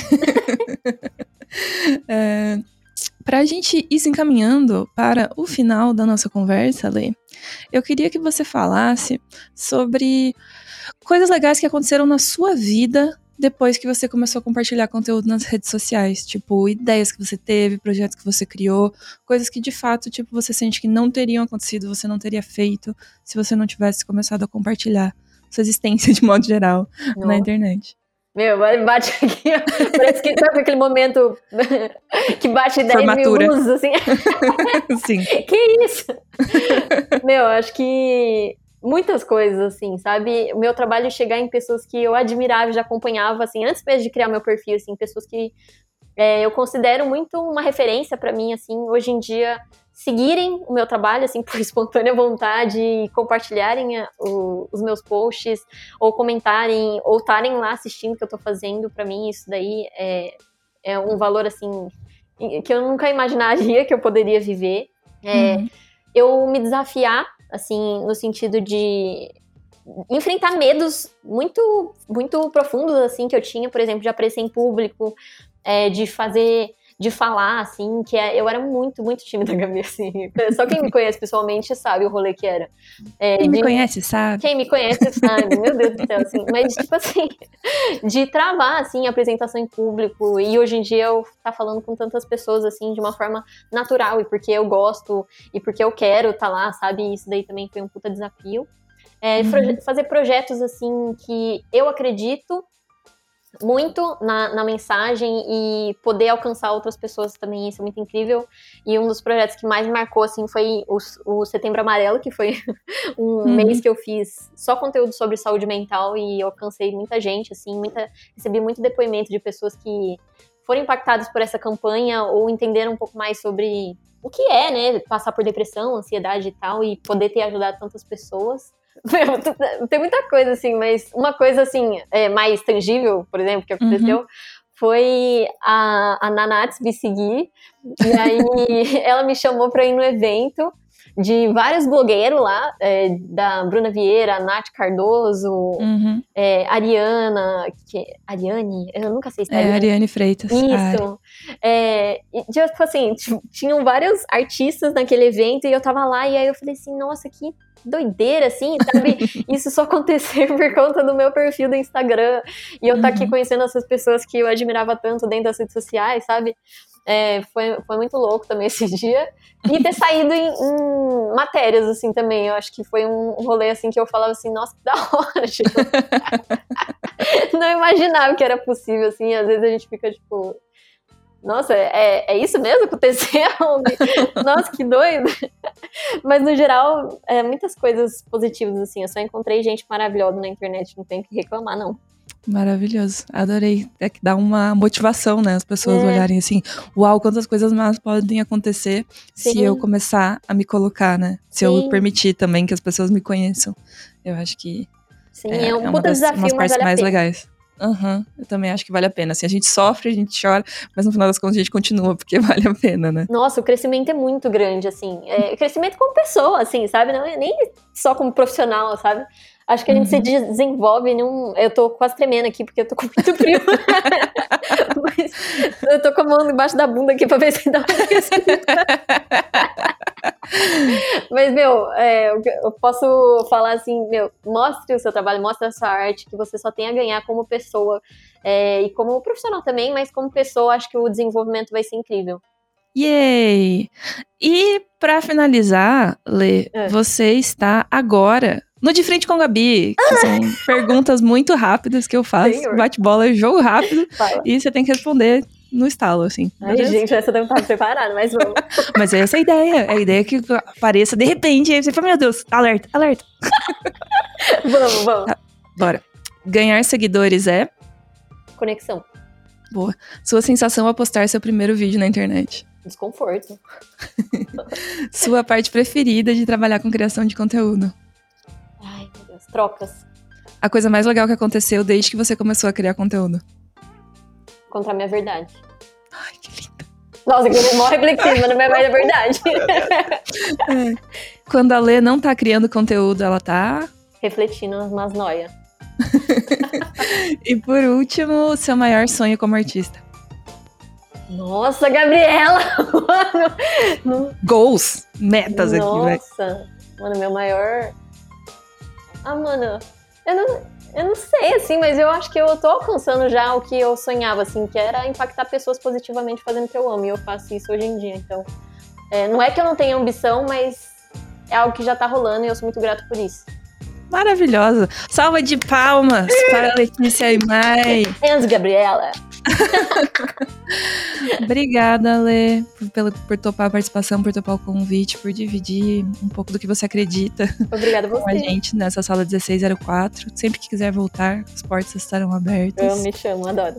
[SPEAKER 1] é, pra gente ir se encaminhando para o final da nossa conversa, Lê, eu queria que você falasse sobre coisas legais que aconteceram na sua vida depois que você começou a compartilhar conteúdo nas redes sociais. Tipo, ideias que você teve, projetos que você criou, coisas que de fato, tipo, você sente que não teriam acontecido, você não teria feito se você não tivesse começado a compartilhar sua existência de modo geral Nossa. na internet.
[SPEAKER 2] Meu, bate aqui, parece que sabe aquele momento que bate dez
[SPEAKER 1] Formatura.
[SPEAKER 2] mil luzes, assim.
[SPEAKER 1] Sim.
[SPEAKER 2] Que isso? Meu, acho que muitas coisas, assim, sabe? O meu trabalho chegar em pessoas que eu admirava e já acompanhava, assim, antes mesmo de criar meu perfil, assim, pessoas que é, eu considero muito uma referência pra mim, assim, hoje em dia, seguirem o meu trabalho, assim, por espontânea vontade, e compartilharem a, o, os meus posts, ou comentarem, ou estarem lá assistindo o que eu tô fazendo, pra mim isso daí é, é um valor, assim, que eu nunca imaginaria que eu poderia viver. É, uhum. Eu me desafiar, assim, no sentido de enfrentar medos muito, muito profundos, assim, que eu tinha, por exemplo, de aparecer em público, é, de fazer... de falar, assim, que é, eu era muito, muito tímida, Gabi, assim. Só quem me conhece pessoalmente sabe o rolê que era. É,
[SPEAKER 1] quem
[SPEAKER 2] de,
[SPEAKER 1] me conhece sabe.
[SPEAKER 2] Quem me conhece sabe, meu Deus do céu, assim. Mas, tipo assim, de travar, assim, a apresentação em público. E hoje em dia eu tá falando com tantas pessoas, assim, de uma forma natural. E porque eu gosto, e porque eu quero tá lá, sabe? E isso daí também foi um puta desafio. É, uhum. Fazer projetos, assim, que eu acredito muito na, na mensagem e poder alcançar outras pessoas também, isso é muito incrível. E um dos projetos que mais me marcou, assim, foi o, o Setembro Amarelo, que foi um uhum. mês que eu fiz só conteúdo sobre saúde mental e eu alcancei muita gente, assim, muita, recebi muito depoimento de pessoas que foram impactadas por essa campanha ou entenderam um pouco mais sobre o que é, né, passar por depressão, ansiedade e tal, e poder ter ajudado tantas pessoas. Meu, tem muita coisa, assim, mas uma coisa, assim, é, mais tangível, por exemplo, que aconteceu, uhum. foi a, a Nanats me seguir, e aí ela me chamou pra ir no evento de vários blogueiros lá, é, da Bruna Vieira, Nath Cardoso, uhum. é, Ariana, que, Ariane, eu nunca sei se é,
[SPEAKER 1] é Ariane. Ariane Freitas.
[SPEAKER 2] Isso. É, e, tipo assim, tinham vários artistas naquele evento e eu tava lá e aí eu falei assim, nossa, que doideira, assim, sabe? Isso só aconteceu por conta do meu perfil do Instagram e eu uhum. tá aqui conhecendo essas pessoas que eu admirava tanto dentro das redes sociais, sabe? É, foi, foi muito louco também esse dia. E ter saído em, em matérias, assim, também. Eu acho que foi um rolê, assim, que eu falava assim, nossa, que da hora, tipo. Não imaginava que era possível, assim. Às vezes a gente fica, tipo... Nossa, é, é isso mesmo que aconteceu? Nossa, que doido. Mas, no geral, é, muitas coisas positivas, assim. Eu só encontrei gente maravilhosa na internet. Não tenho que reclamar, não.
[SPEAKER 1] Maravilhoso, adorei. É que dá uma motivação, né? As pessoas é. olharem assim, uau, quantas coisas más podem acontecer Sim. se eu começar a me colocar, né? Se Sim. eu permitir também que as pessoas me conheçam. Eu acho que
[SPEAKER 2] Sim, é, é, um é uma das
[SPEAKER 1] desafio, umas partes
[SPEAKER 2] vale
[SPEAKER 1] mais legais. Uhum, eu também acho que vale a pena. Assim, a gente sofre, a gente chora, mas no final das contas a gente continua, porque vale a pena, né?
[SPEAKER 2] Nossa, o crescimento é muito grande, assim. É, crescimento como pessoa, assim, sabe? Não é nem só como profissional, sabe? Acho que a gente uhum. se desenvolve num... Eu tô quase tremendo aqui, porque eu tô com muito frio. Mas eu tô com a mão embaixo da bunda aqui pra ver se dá uma Mas, meu, é, eu posso falar assim, meu, mostre o seu trabalho, mostre a sua arte, que você só tem a ganhar como pessoa. É, e como profissional também, mas como pessoa, acho que o desenvolvimento vai ser incrível.
[SPEAKER 1] Yay! E pra finalizar, Lê,
[SPEAKER 2] É.
[SPEAKER 1] você está agora no De Frente com a Gabi, que são perguntas muito rápidas que eu faço,
[SPEAKER 2] Senhor.
[SPEAKER 1] bate-bola, jogo rápido,
[SPEAKER 2] Fala.
[SPEAKER 1] e você tem que responder no estalo, assim.
[SPEAKER 2] Ai,
[SPEAKER 1] beleza?
[SPEAKER 2] gente, essa não tava preparada, mas vamos.
[SPEAKER 1] Mas essa é a ideia, é a ideia que apareça de repente, aí você fala, meu Deus, alerta, alerta.
[SPEAKER 2] Vamos, vamos.
[SPEAKER 1] Tá, bora. Ganhar seguidores é?
[SPEAKER 2] Conexão.
[SPEAKER 1] Boa. Sua sensação ao postar seu primeiro vídeo na internet?
[SPEAKER 2] Desconforto.
[SPEAKER 1] Sua parte preferida de trabalhar com criação de conteúdo?
[SPEAKER 2] Ai, meu Deus. Trocas.
[SPEAKER 1] A coisa mais legal que aconteceu desde que você começou a criar conteúdo?
[SPEAKER 2] Contra a minha verdade.
[SPEAKER 1] Ai, que lindo.
[SPEAKER 2] Nossa, que eu mó reflexiva, não é mais a verdade.
[SPEAKER 1] É. Quando a Lê não tá criando conteúdo, ela tá...
[SPEAKER 2] Refletindo umas noias.
[SPEAKER 1] E por último, seu maior sonho como artista?
[SPEAKER 2] Nossa, Gabriela! Mano.
[SPEAKER 1] Goals, metas aqui, velho.
[SPEAKER 2] Nossa. Mano, meu maior... Ah, mano, eu não, eu não sei, assim, mas eu acho que eu tô alcançando já o que eu sonhava, assim, que era impactar pessoas positivamente fazendo o que eu amo, e eu faço isso hoje em dia, então... É, não é que eu não tenha ambição, mas é algo que já tá rolando e eu sou muito grata por isso.
[SPEAKER 1] Maravilhosa. Salva de palmas para a Letícia e Mai.
[SPEAKER 2] Enzo, Gabriela.
[SPEAKER 1] Obrigada, Lê, por, pelo, por topar a participação, por topar o convite, por dividir um pouco do que você acredita
[SPEAKER 2] Obrigada a
[SPEAKER 1] com a
[SPEAKER 2] você.
[SPEAKER 1] gente nessa sala dezesseis zero quatro. Sempre que quiser voltar, as portas estarão
[SPEAKER 2] Eu
[SPEAKER 1] abertas.
[SPEAKER 2] me chamo, adoro.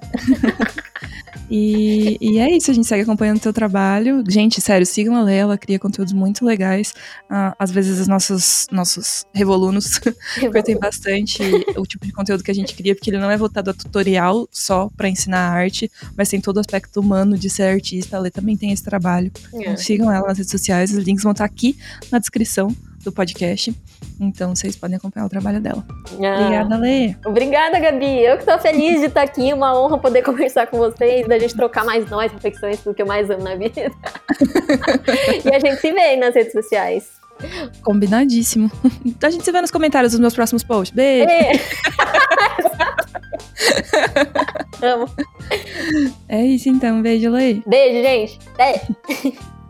[SPEAKER 1] E, e é isso, a gente segue acompanhando o teu trabalho. Gente, sério, sigam a Lê, ela cria conteúdos muito legais. Ah, às vezes os nossos, nossos revolunos curtem bastante o tipo de conteúdo que a gente cria, porque ele não é voltado a tutorial só pra ensinar arte, mas tem todo o aspecto humano de ser artista. A Lê também tem esse trabalho. Então, sigam ela nas redes sociais, os links vão estar aqui na descrição do podcast. Então vocês podem acompanhar o trabalho dela.
[SPEAKER 2] Ah.
[SPEAKER 1] Obrigada, Lê.
[SPEAKER 2] Obrigada, Gabi. Eu que tô feliz de estar aqui. Uma honra poder conversar com vocês, da gente trocar mais nós, reflexões, do que eu mais amo na vida. E a gente se vê aí nas redes sociais.
[SPEAKER 1] Combinadíssimo. A gente se vê nos comentários dos meus próximos posts. Beijo.
[SPEAKER 2] Amo.
[SPEAKER 1] É isso então. Beijo, Lê.
[SPEAKER 2] Beijo, gente. Até.